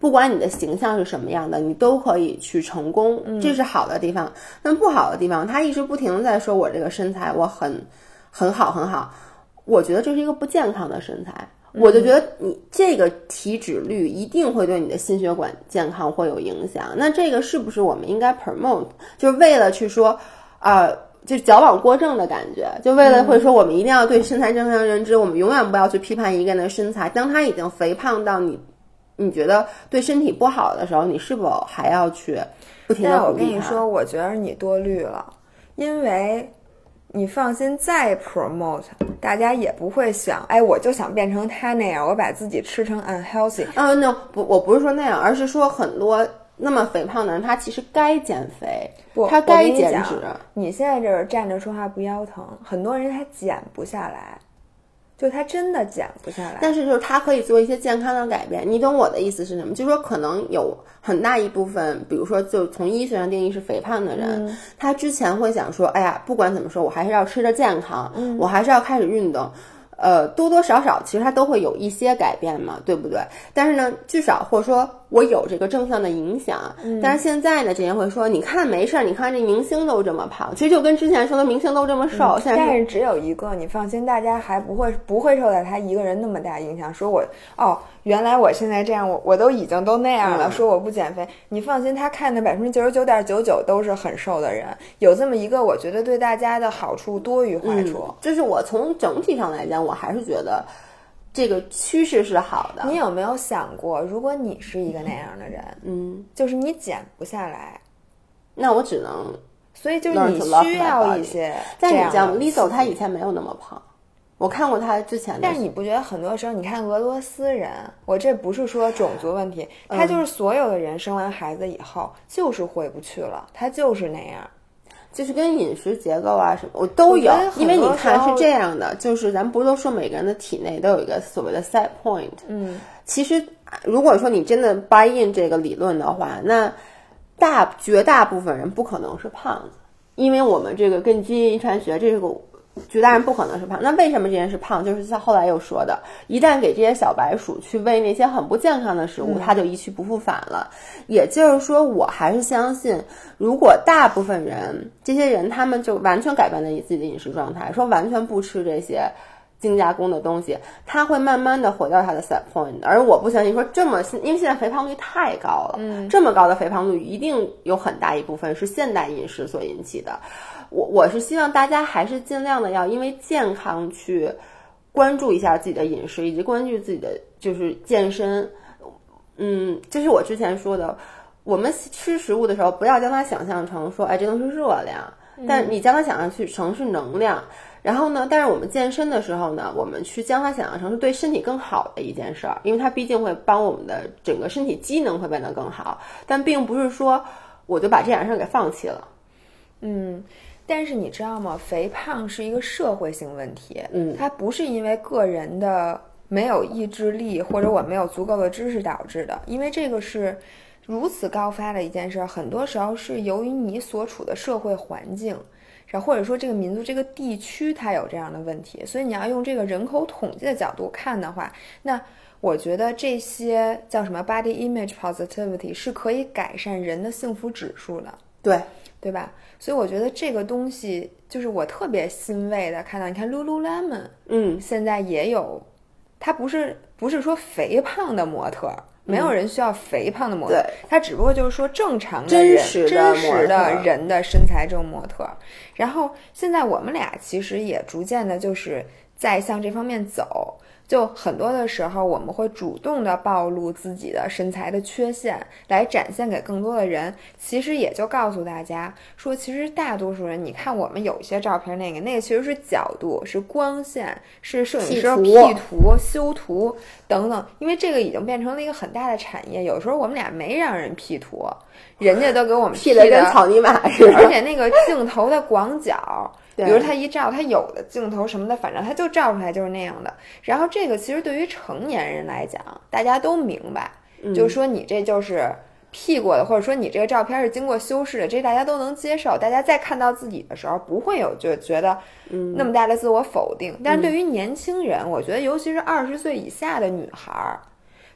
不管你的形象是什么样的，你都可以去成功，这是好的地方。但不好的地方，他一直不停的在说我这个身材我很好很好，我觉得这是一个不健康的身材。我就觉得你这个体脂率一定会对你的心血管健康会有影响。那这个是不是我们应该 promote， 就是为了去说就矫枉过正的感觉，就为了会说我们一定要对身材正向认知，我们永远不要去批判一个人的身材。当他已经肥胖到你觉得对身体不好的时候，你是否还要去不停的鼓励他？ 但我跟你说，我觉得你多虑了，因为你放心再 promote， 大家也不会想，哎，我就想变成他那样，我把自己吃成 unhealthy。 no， 不，我不是说那样，而是说很多那么肥胖的人，他其实该减肥，他该减脂。 你现在这儿站着说话不腰疼，很多人他减不下来。就他真的减不下来， 但是就是他可以做一些健康的改变。你懂我的意思是什么？就是说可能有很大一部分，比如说就从医学上定义是肥胖的人，他之前会想说，哎呀，不管怎么说，我还是要吃得健康，我还是要开始运动。多多少少其实它都会有一些改变嘛，对不对？但是呢，至少或者说我有这个正向的影响。但是现在呢，这些人会说，你看没事儿，你看这明星都这么胖，其实就跟之前说的明星都这么瘦。 但是只有一个，你放心，大家还不会受到他一个人那么大影响。说我原来我现在这样，我都已经都那样了，说我不减肥，你放心，他看的99.99%都是很瘦的人。有这么一个，我觉得对大家的好处多于坏处。 就是我从整体上来讲，我还是觉得这个趋势是好的。 你有没有想过，如果你是一个那样的人，就是你减不下来， 那我只能， 所以就是你需要一些。 但你像 Lizzo， 她以前没有那么胖。我看过他之前的， 但是你不觉得很多时候，你看俄罗斯人，我这不是说种族问题，他就是所有的人生完孩子以后就是回不去了，他就是那样， 就是跟饮食结构啊什么我都有。因为你看是这样的，就是咱们不是都说每个人的体内都有一个所谓的 set point，其实如果说你真的 buy in 这个理论的话，那绝大部分人不可能是胖子，因为我们这个跟基因遗传学这个绝大人不可能是胖。那为什么这件事胖？就是他后来又说的，一旦给这些小白鼠去喂那些很不健康的食物，它就一去不复返了。也就是说，我还是相信，如果大部分人这些人他们就完全改变了自己的饮食状态，说完全不吃这些精加工的东西，他会慢慢的回到他的 set point。而我不相信说因为现在肥胖率太高了，这么高的肥胖率一定有很大一部分是现代饮食所引起的。我是希望大家还是尽量的要因为健康去关注一下自己的饮食，以及关注自己的就是健身。这是我之前说的，我们吃食物的时候不要将它想象成说，哎，这东西是热量，但你将它想象成是能量。然后呢，但是我们健身的时候呢，我们去将它想象成是对身体更好的一件事儿，因为它毕竟会帮我们的整个身体机能会变得更好，但并不是说我就把这件事给放弃了。 但是你知道吗？肥胖是一个社会性问题，它不是因为个人的没有意志力或者我没有足够的知识导致的，因为这个是如此高发的一件事，很多时候是由于你所处的社会环境，然后或者说这个民族这个地区它有这样的问题，所以你要用这个人口统计的角度看的话，那我觉得这些叫什么 body image positivity 是可以改善人的幸福指数的，对吧？所以我觉得这个东西就是我特别欣慰的看到，你看 Lululemon，现在也有，它不是说肥胖的模特，没有人需要肥胖的模特，它只不过就是说正常的人、真实的人的身材这种模特。然后现在我们俩其实也逐渐的就是在向这方面走。就很多的时候我们会主动的暴露自己的身材的缺陷来展现给更多的人，其实也就告诉大家说，其实大多数人，你看我们有一些照片，那个其实是角度，是光线，是摄影师 P 图修图等等，因为这个已经变成了一个很大的产业，有时候我们俩没让人 P 图，人家都给我们 P 的跟草泥马似的， 而且那个镜头的广角比如他一照，他有的镜头什么的，反正他就照出来就是那样的。然后这个其实对于成年人来讲，大家都明白，就是说你这就是 P 过的，或者说你这个照片是经过修饰的，这大家都能接受。大家在看到自己的时候，不会有就觉得那么大的自我否定。但是对于年轻人，我觉得尤其是20岁以下的女孩，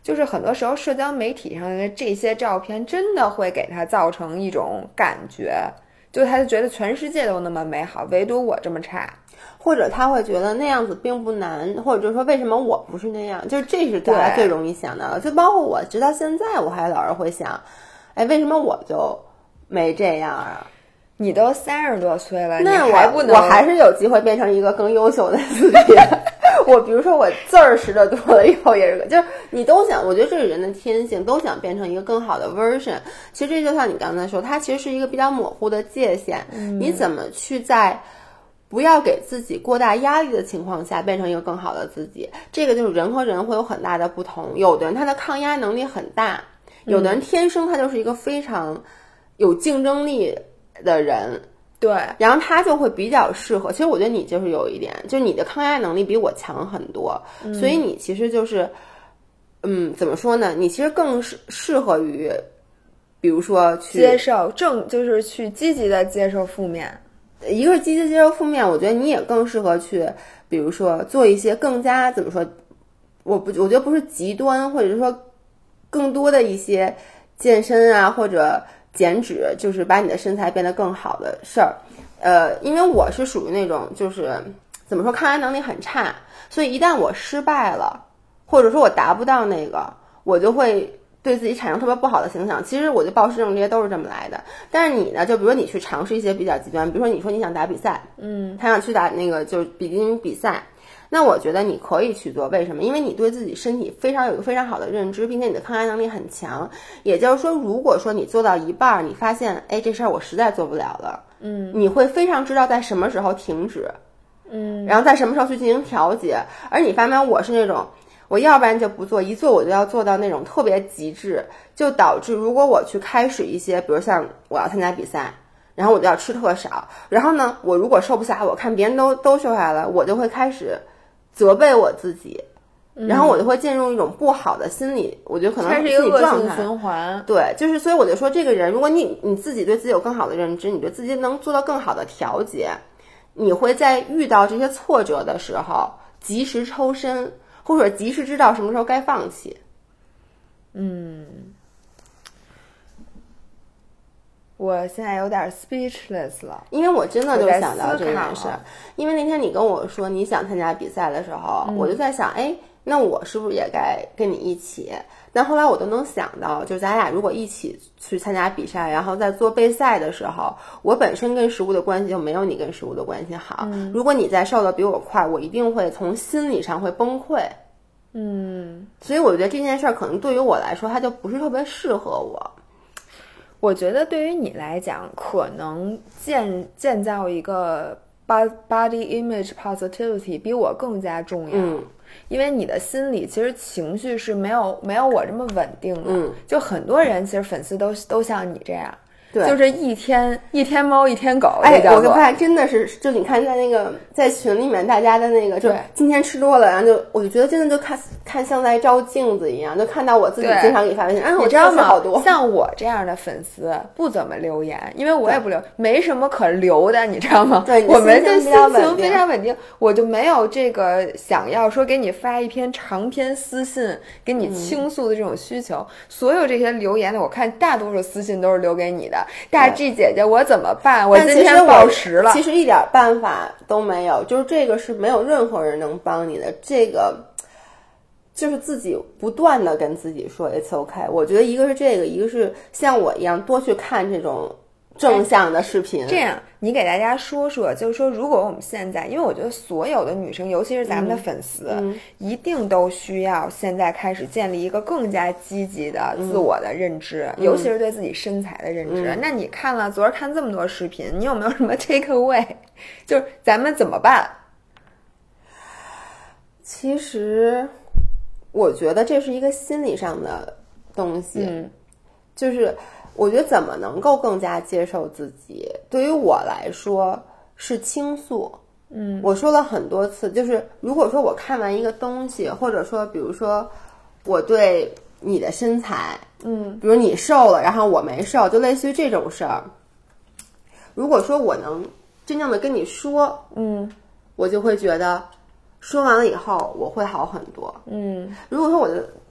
就是很多时候社交媒体上的这些照片真的会给他造成一种感觉，就他就觉得全世界都那么美好，唯独我这么差。 或者他会觉得那样子并不难，或者就是说为什么我不是那样，就是这是大家最容易想到的。就包括我直到现在我还老是会想，哎，为什么我就没这样啊？ 你都30多岁了， 那你还不能， 我还是有机会变成一个更优秀的自己。我比如说我字儿识得多了以后也是个，就是你都想，我觉得这是人的天性，都想变成一个更好的 version。其实这就像你刚才说，它其实是一个比较模糊的界限，你怎么去在不要给自己过大压力的情况下变成一个更好的自己，这个就是人和人会有很大的不同。有的人他的抗压能力很大，有的人天生他就是一个非常有竞争力的人， 对， 然后他就会比较适合。其实我觉得你就是有一点，就是你的抗压能力比我强很多，所以你其实就是怎么说呢，你其实更适合于比如说去接受就是去积极的接受负面。 一个是积极接受负面，我觉得你也更适合去比如说做一些更加怎么说，我觉得不是极端，或者是说更多的一些健身啊或者减脂，就是把你的身材变得更好的事儿。因为我是属于那种就是怎么说抗压能力很差，所以一旦我失败了，或者说我达不到那个，我就会对自己产生特别不好的形象。其实我觉得暴食症这些都是这么来的。但是你呢，就比如说你去尝试一些比较极端，比如说你说你想打比赛，他想去打那个就是比基尼比赛，那我觉得你可以去做。为什么？因为你对自己身体有一个非常好的认知，并且你的抗压能力很强。也就是说，如果说你做到一半，你发现哎这事儿我实在做不了了，你会非常知道在什么时候停止，然后在什么时候去进行调节。而你发现我是那种，我要不然就不做，一做我就要做到那种特别极致，就导致如果我去开始一些，比如像我要参加比赛，然后我就要吃特少，然后呢，我如果瘦不下，我看别人都瘦下来了，我就会开始责备我自己，然后我就会进入一种不好的心理，我觉得可能它是一个恶性循环。 对，就是所以我就说，这个人如果你自己对自己有更好的认知，你对自己能做到更好的调节，你会在遇到这些挫折的时候及时抽身，或者及时知道什么时候该放弃。 我现在有点 speechless 了， 因为我真的就想到这件事。因为那天你跟我说你想参加比赛的时候，我就在想，哎，那我是不是也该跟你一起？但后来我都能想到，就咱俩如果一起去参加比赛，然后在做备赛的时候，我本身跟食物的关系就没有你跟食物的关系好。如果你再瘦的比我快，我一定会从心理上会崩溃。所以我觉得这件事儿可能对于我来说，它就不是特别适合我。 我觉得对于你来讲，可能建造一个 body image positivity 比我更加重要。因为你的心理其实情绪是没有我这么稳定的。就很多人其实粉丝都像你这样。对，就是一天猫一天狗。 哎，我发现真的是，就你看在那个在群里面大家的那个，就今天吃多了，然后我就觉得真的就看像在照镜子一样，就看到我自己经常给发微信， 你知道吗？像我这样的粉丝不怎么留言，因为我也不留，没什么可留的，你知道吗？ 对， 我们的心情非常稳定，我就没有这个想要说给你发一篇长篇私信给你倾诉的这种需求。所有这些留言的，我看大多数私信都是留给你的。大 G 姐姐，我怎么办？我今天暴食了。 其实一点办法都没有，就是这个是没有任何人能帮你的。这个就是自己不断的跟自己说 it's okay。我觉得一个是这个，一个是像我一样多去看这种正向的视频。 这样，你给大家说说，就是说，如果我们现在，因为我觉得所有的女生，尤其是咱们的粉丝，一定都需要现在开始建立一个更加积极的自我的认知，尤其是对自己身材的认知。那你昨儿看这么多视频，你有没有什么 take away？ 就是咱们怎么办？ 其实，我觉得这是一个心理上的东西，就是我觉得怎么能够更加接受自己，对于我来说是倾诉。我说了很多次，就是如果说我看完一个东西，或者说比如说我对你的身材，比如你瘦了，然后我没瘦，就类似于这种事儿，如果说我能真正的跟你说，我就会觉得说完了以后我会好很多。如果说我的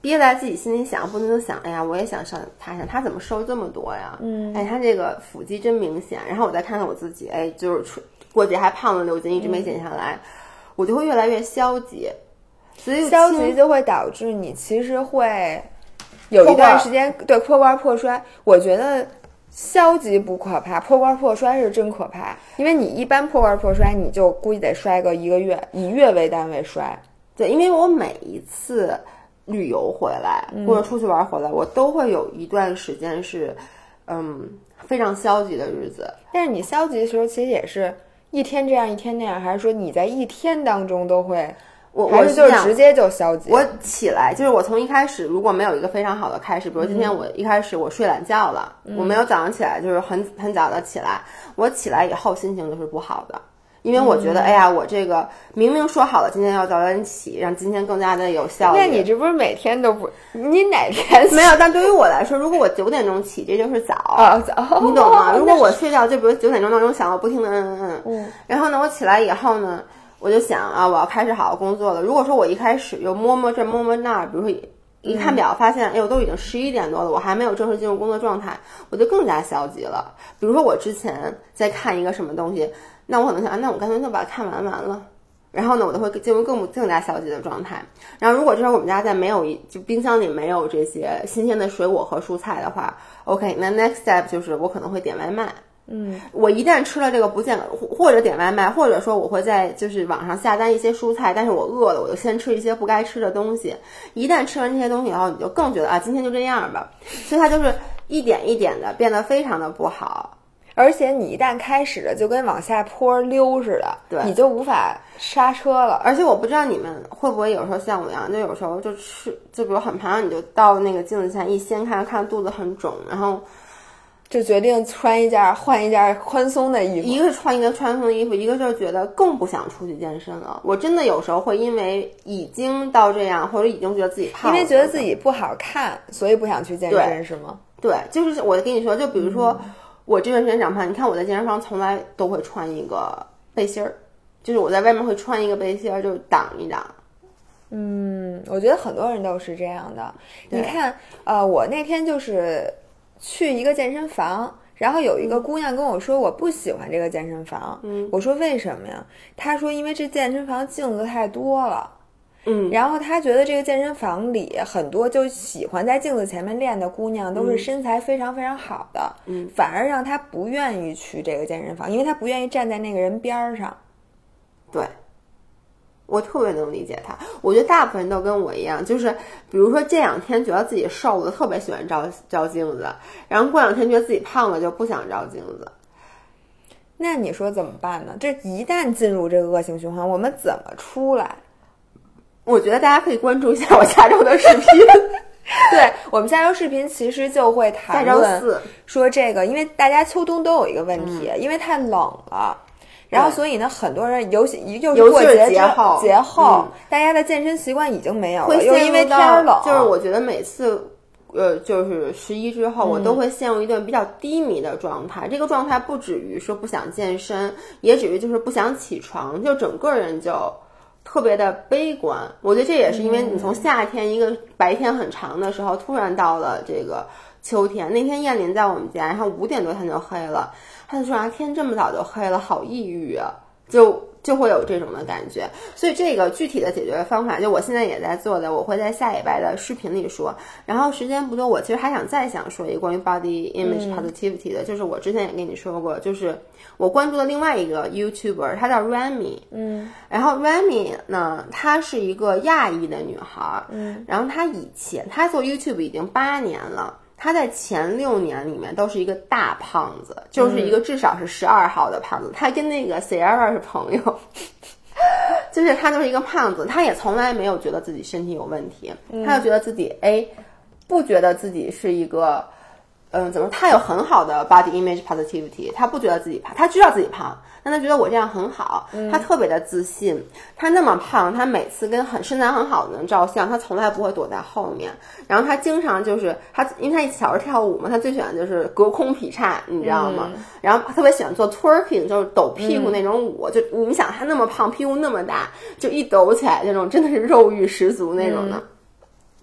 憋在自己心里想，不停的想，哎呀，我也想他怎么瘦这么多呀？哎，他这个腹肌真明显。然后我再看看我自己，哎，就是过节还胖了6斤，一直没减下来，我就会越来越消极。所以消极就会导致你其实会有一段时间对破罐破摔。我觉得消极不可怕，破罐破摔是真可怕。因为你一般破罐破摔，你就估计得摔个1个月，以月为单位摔。 对，因为我每一次旅游回来或者出去玩回来，我都会有一段时间是非常消极的日子。 但是你消极的时候其实也是一天这样一天那样，还是说你在一天当中都会还是就是直接就消极？ 我起来就是我从一开始如果没有一个非常好的开始，比如今天我一开始我睡懒觉了，我没有早上起来就是很早的起来，我起来以后心情就是不好的。因为我觉得，哎呀，我这个明明说好了今天要早点起，让今天更加的有效率。 那你这不是每天都不？你哪天没有？但对于我来说，如果我9点钟起，这就是早早， 你懂吗？如果我睡觉，就比如9点钟闹钟响，我不停的然后呢，我起来以后呢，我就想啊，我要开始好好工作了。如果说我一开始又摸摸这摸摸那，比如说一看表发现，哎呦，都已经11点多了，我还没有正式进入工作状态，我就更加消极了。比如说我之前在看一个什么东西。那我可能想，那我干脆就把它看完了，然后呢，我就会进入更加消极的状态。然后如果这时候我们家在没有就冰箱里没有这些新鲜的水果和蔬菜的话 ，OK， 那 next step 就是我可能会点外卖。我一旦吃了这个不健康，或者点外卖，或者说我会在就是网上下单一些蔬菜，但是我饿了，我就先吃一些不该吃的东西。一旦吃了这些东西以后，你就更觉得啊，今天就这样吧。所以它就是一点一点的变得非常的不好。 而且你一旦开始了，就跟往下坡溜似的， 对， 你就无法刹车了。 而且我不知道你们会不会有时候像我一样，就有时候就比如很胖，你就到那个镜子前一掀看肚子很肿，然后就决定换一件宽松的衣服。 一个是穿一个宽松的衣服，一个就是觉得更不想出去健身了。我真的有时候会因为已经到这样，或者已经觉得自己胖了， 因为觉得自己不好看，所以不想去健身，是吗？ 对，就是我跟你说，就比如说。我这段时间长胖，你看我在健身房从来都会穿一个背心儿，就是我在外面会穿一个背心儿，就挡一挡。 我觉得很多人都是这样的。你看，我那天就是去一个健身房，然后有一个姑娘跟我说，我不喜欢这个健身房。我说为什么呀？她说因为这健身房镜子太多了。然后他觉得这个健身房里很多就喜欢在镜子前面练的姑娘都是身材非常非常好的，反而让他不愿意去这个健身房，因为他不愿意站在那个人边上。 对，我特别能理解他。我觉得大部分人都跟我一样，就是比如说这2天觉得自己瘦了，特别喜欢照镜子，然后过2天觉得自己胖了就不想照镜子。 那你说怎么办呢？这一旦进入这个恶性循环，我们怎么出来？ 我觉得大家可以关注一下我下周的视频。 对，我们下周视频其实就会谈论说这个，因为大家秋冬都有一个问题，因为太冷了，然后所以呢，很多人尤其是过节后，大家的健身习惯已经没有了，又因为天冷。 就是我觉得每次就是11之后，我都会陷入一段比较低迷的状态。这个状态不止于说不想健身，也止于就是不想起床，就整个人就特别的悲观。我觉得这也是因为你从夏天一个白天很长的时候，突然到了这个秋天。那天燕林在我们家，然后5点多天就黑了，他就说啊，天这么早就黑了，好抑郁啊，就会有这种的感觉。所以这个具体的解决方法，就我现在也在做的，我会在下礼拜的视频里说。然后时间不多，我其实还想说一个关于 body image positivity 的，就是我之前也跟你说过，就是我关注的另外一个 YouTuber， 她叫 Remy， 然后 Remy 呢，她是一个亚裔的女孩，然后她做 YouTube 已经8年了。他在前6年里面都是一个大胖子，就是一个至少是12号的胖子。他跟那个 Sierra 是朋友，就是他就是一个胖子，他也从来没有觉得自己身体有问题，他就觉得自己不觉得自己是一个他有很好的 body image positivity， 他不觉得自己胖，他知道自己胖，但他觉得我这样很好，他特别的自信。他那么胖，他每次跟身材很好的人照相，他从来不会躲在后面。然后他经常就是因为他小时候跳舞嘛，他最喜欢就是隔空劈叉，你知道吗？然后特别喜欢做 twerking， 就是抖屁股那种舞。就你想他那么胖，屁股那么大，就一抖起来那种，真的是肉欲十足那种的。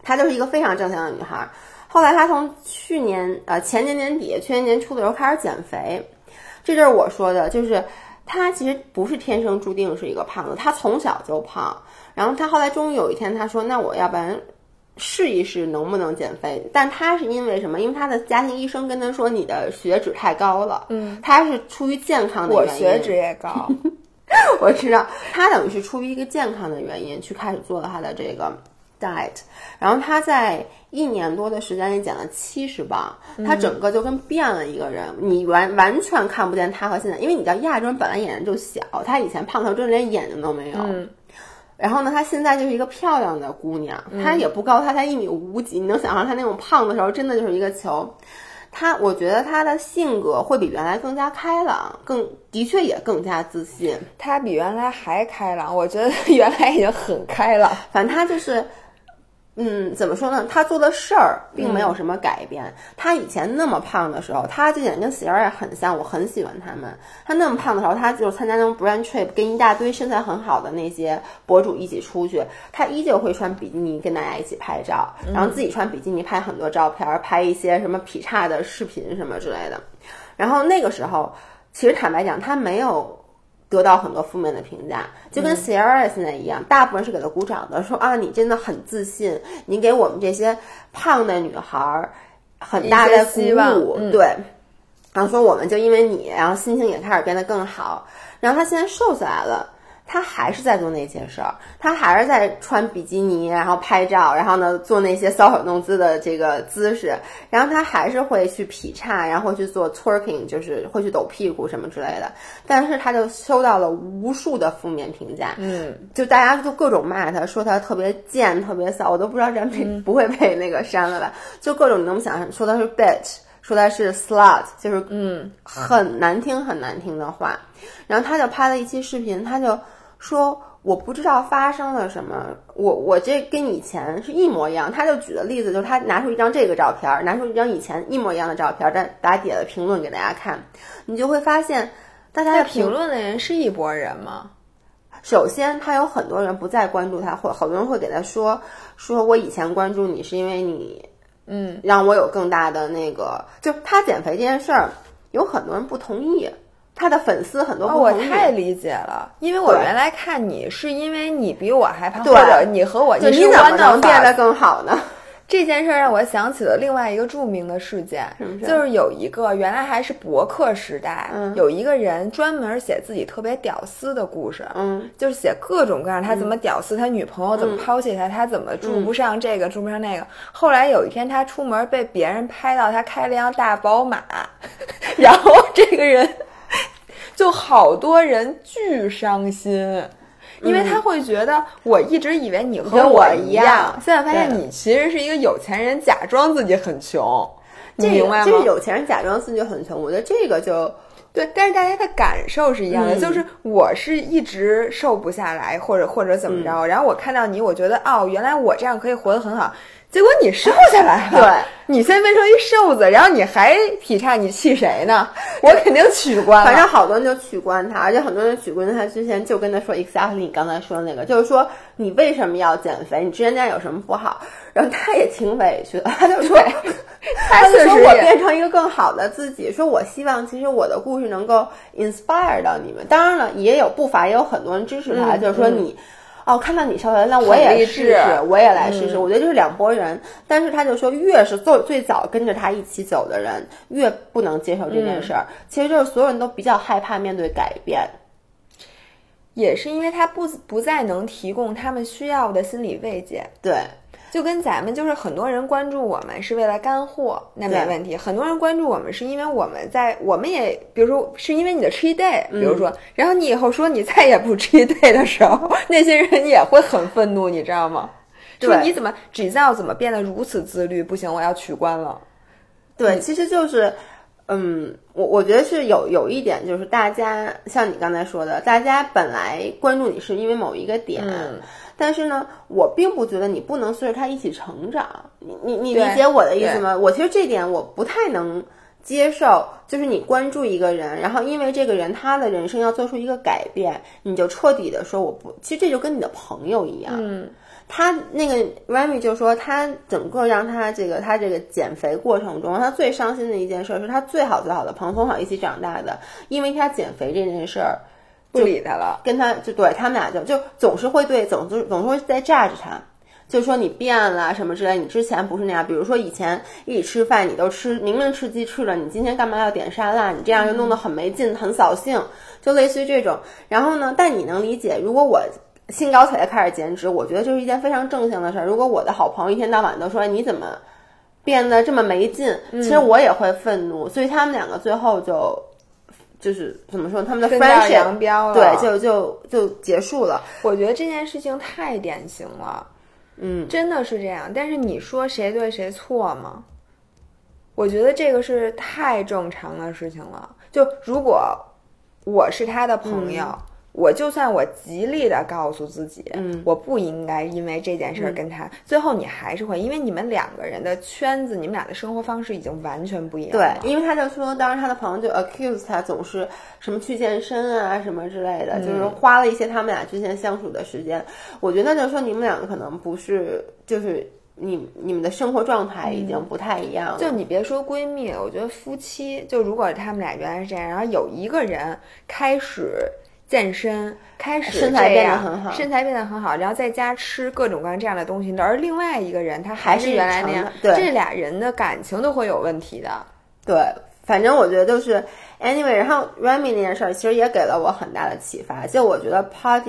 她就是一个非常正向的女孩。后来她从前年年底去年年初的时候开始减肥，这就是我说的，就是她其实不是天生注定是一个胖子，她从小就胖。然后她后来终于有一天她说，那我要不然试一试能不能减肥。但她是因为什么？因为她的家庭医生跟她说你的血脂太高了。她是出于健康的原因。 我血脂也高。 我知道，她等于是出于一个健康的原因去开始做了她的这个 diet。然后她在1年多的时间里减了70磅，她整个就跟变了一个人。你完全看不见她和现在，因为你知道亚洲人本来眼睛就小，她以前胖的时候真的连眼睛都没有。然后呢，她现在就是一个漂亮的姑娘，她也不高，她才1.5米几，你能想象她那种胖的时候，真的就是一个球。我觉得她的性格会比原来更加开朗，的确也更加自信。 她比原来还开朗，我觉得原来已经很开朗。 反正她就是。怎么说呢？他做的事儿并没有什么改变。他以前那么胖的时候，他这点跟喜儿也很像，我很喜欢他们。他那么胖的时候，他就参加那种 brand trip， 跟一大堆身材很好的那些博主一起出去，他依旧会穿比基尼跟大家一起拍照，然后自己穿比基尼拍很多照片，拍一些什么劈叉的视频什么之类的。然后那个时候，其实坦白讲，他没有得到很多负面的评价，就跟 Sierra 现在一样，大部分是给他鼓掌的，说啊，你真的很自信，你给我们这些胖的女孩很大的鼓舞，对。然后说我们就因为你，然后心情也开始变得更好。然后他现在瘦下来了，他还是在做那些事儿，他还是在穿比基尼，然后拍照，然后呢做那些搔首弄姿的这个姿势，然后他还是会去劈叉，然后去做 twerking， 就是会去抖屁股什么之类的。但是他就收到了无数的负面评价，就大家就各种骂他，说他特别贱，特别骚，我都不知道咱们不会被那个删了吧？就各种你能想说他是 bitch， 说他是 slut， 就是很难听很难听的话。然后他就拍了一期视频，他就说我不知道发生了什么，我这跟以前是一模一样。他就举的例子就是他拿出一张这个照片，拿出一张以前一模一样的照片，打底下的评论给大家看，你就会发现大家的评论的人是一拨人吗？ 首先他有很多人不再关注他，或好多人会给他说我以前关注你是因为你让我有更大的那个，就他减肥这件事儿有很多人不同意，他的粉丝很多不同意。 我太理解了，因为我原来看你是因为你比我还胖，或者你和我你怎么能变得更好呢？ 这件事让我想起了另外一个著名的事件，就是有一个原来还是博客时代，有一个人专门写自己特别屌丝的故事，就是写各种各样他怎么屌丝，他女朋友怎么抛弃他，他怎么住不上这个住不上那个。后来有一天他出门被别人拍到他开了辆大宝马，然后这个人就好多人巨伤心。因为他会觉得我一直以为你和我一样，现在发现你其实是一个有钱人，假装自己很穷，你明白吗？ 就是有钱人假装自己很穷，我觉得这个就对，但是大家的感受是一样的，就是我是一直瘦不下来，或者怎么着，然后我看到你，我觉得哦，原来我这样可以活得很好。结果你瘦下来了， 对， 你现在变成一瘦子，然后你还劈叉，你气谁呢？我肯定取关了。 反正好多人就取关他，而且很多人取关他之前就跟他说 exactly 你刚才说的那个，就是说你为什么要减肥？你之前那样有什么不好？然后他也挺委屈的，他就说，他就说我变成一个更好的自己，说我希望其实我的故事能够 inspire 到你们。当然了，也有不乏也有很多人支持他，就是说你。看到你瘦下来，那我也试试，我也来试试。我觉得这是两拨人，但是他就说，越是最早跟着他一起走的人，越不能接受这件事儿。其实就是所有人都比较害怕面对改变， 也是因为他不再能提供他们需要的心理慰藉。 对。 就跟咱们就是很多人关注我们是为了干货，那没问题。很多人关注我们是因为我们也比如说是因为你的 cheat day， 比如说，然后你以后说你再也不 cheat day 的时候，那些人也会很愤怒，你知道吗？说你怎么Giselle怎么变得如此自律？不行，我要取关了。 对，其实就是我觉得是有一点，就是大家像你刚才说的，大家本来关注你是因为某一个点。但是呢，我并不觉得你不能随着他一起成长。你理解我的意思吗？我其实这点我不太能接受，就是你关注一个人，然后因为这个人他的人生要做出一个改变，你就彻底的说我不，其实这就跟你的朋友一样。 他那个 Remy 就说，他整个让他这个减肥过程中，他最伤心的一件事是他最好的朋友，从小一起长大的，因为他减肥这件事儿不理他了， 跟他就对他们俩就总是会总是会在 judge 他。就说你变了什么之类，你之前不是那样。比如说以前一起吃饭，你都明明吃鸡翅了，你今天干嘛要点沙拉？你这样就弄得很没劲，很扫兴，就类似于这种。然后呢，但你能理解，如果我兴高采烈开始减脂，我觉得这是一件非常正向的事儿。如果我的好朋友一天到晚都说你怎么变得这么没劲，其实我也会愤怒。所以他们两个最后就是怎么说，他们的 friendship 对就结束了。 我觉得这件事情太典型了。真的是这样。但是你说谁对谁错吗？我觉得这个是太正常的事情了。就如果我是他的朋友，我就算我极力的告诉自己，我不应该因为这件事跟他，最后你还是会，因为你们两个人的圈子，你们俩的生活方式已经完全不一样了。 对，因为他就说，当时他的朋友就 accuse 他总是什么去健身啊什么之类的，就是花了一些他们俩之前相处的时间。我觉得就是说你们两个可能不是，就是你们的生活状态已经不太一样了。 就你别说闺蜜，我觉得夫妻，就如果他们俩原来是这样，然后有一个人开始健身，开始身材变得很好， 然后在家吃各种各样这样的东西，而另外一个人他还是原来那样，这俩人的感情都会有问题的。 对，反正我觉得就是 anyway， 然后 Remy 那件事儿其实也给了我很大的启发。就我觉得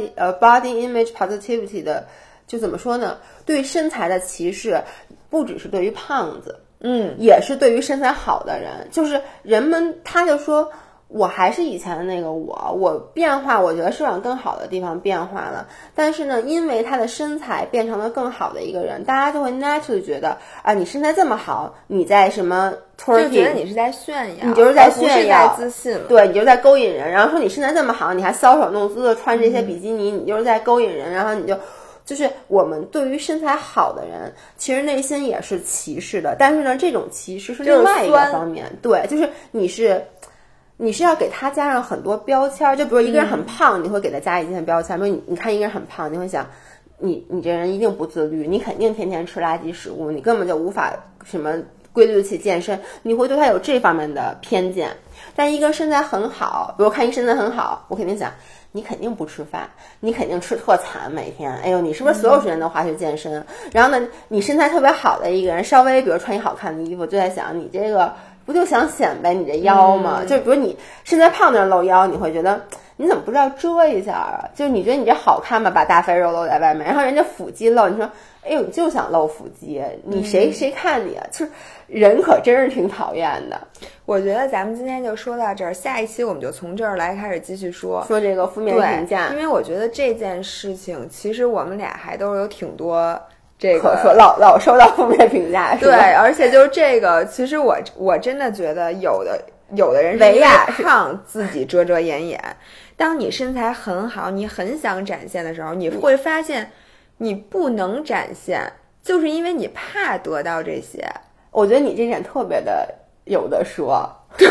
body image positivity 的，就怎么说呢？对于身材的歧视，不只是对于胖子，也是对于身材好的人。就是人们他就说，我还是以前的那个我变化，我觉得是往更好的地方变化了。但是呢，因为他的身材变成了更好的一个人，大家就会 naturally 觉得啊，你身材这么好，你在什么 twerking， 就觉得你是在炫耀， 你就是在炫耀， 不是在自信， 对，你就是在勾引人。然后说你身材这么好，你还搔首弄姿的穿这些比基尼，你就是在勾引人。然后你就是我们对于身材好的人，其实内心也是歧视的。但是呢，这种歧视是另外一个方面，对，就是你是要给他加上很多标签。就比如一个人很胖，你会给他加一件标签，比如你看一个人很胖，你会想你这人一定不自律，你肯定天天吃垃圾食物，你根本就无法什么规律的去健身，你会对他有这方面的偏见。但一个身材很好，比如看一身材很好，我肯定想你肯定不吃饭，你肯定吃特惨每天，哎呦，你是不是所有时间都花去健身？然后呢，你身材特别好的一个人，稍微比如穿一好看的衣服，就在想你这个不就想显摆你这腰吗？就比如你身材胖的人露腰，你会觉得你怎么不知道遮一下啊？就是你觉得你这好看吗？把大肥肉露在外面，然后人家腹肌露，你说哎呦，你就想露腹肌，你谁看你啊？就是人可真是挺讨厌的。 我觉得咱们今天就说到这儿，下一期我们就从这儿来开始继续说这个负面评价。 因为我觉得这件事情其实我们俩还都有挺多这个可说老收到负面评价， 对，而且就是这个，其实我真的觉得有的人是因为胖自己遮遮掩掩。当你身材很好，你很想展现的时候，你会发现你不能展现，就是因为你怕得到这些。 我觉得你这点特别的有的说。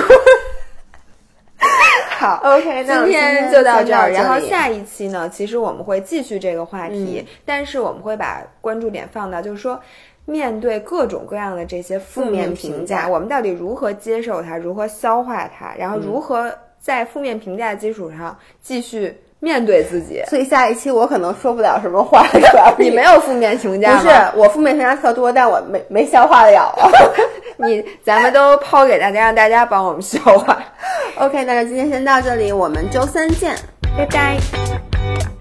好 ，OK， 那今天就到这儿。然后下一期呢，其实我们会继续这个话题，但是我们会把关注点放到，就是说，面对各种各样的这些负面评价，我们到底如何接受它，如何消化它，然后如何在负面评价的基础上继续面对自己。 所以下一期我可能说不了什么话， 你没有负面评价吗？ 不是，我负面评价特多，但我没消化得了啊。 咱们都抛给大家，让大家帮我们消化。 OK， 那就今天先到这里，我们周三见， 拜拜。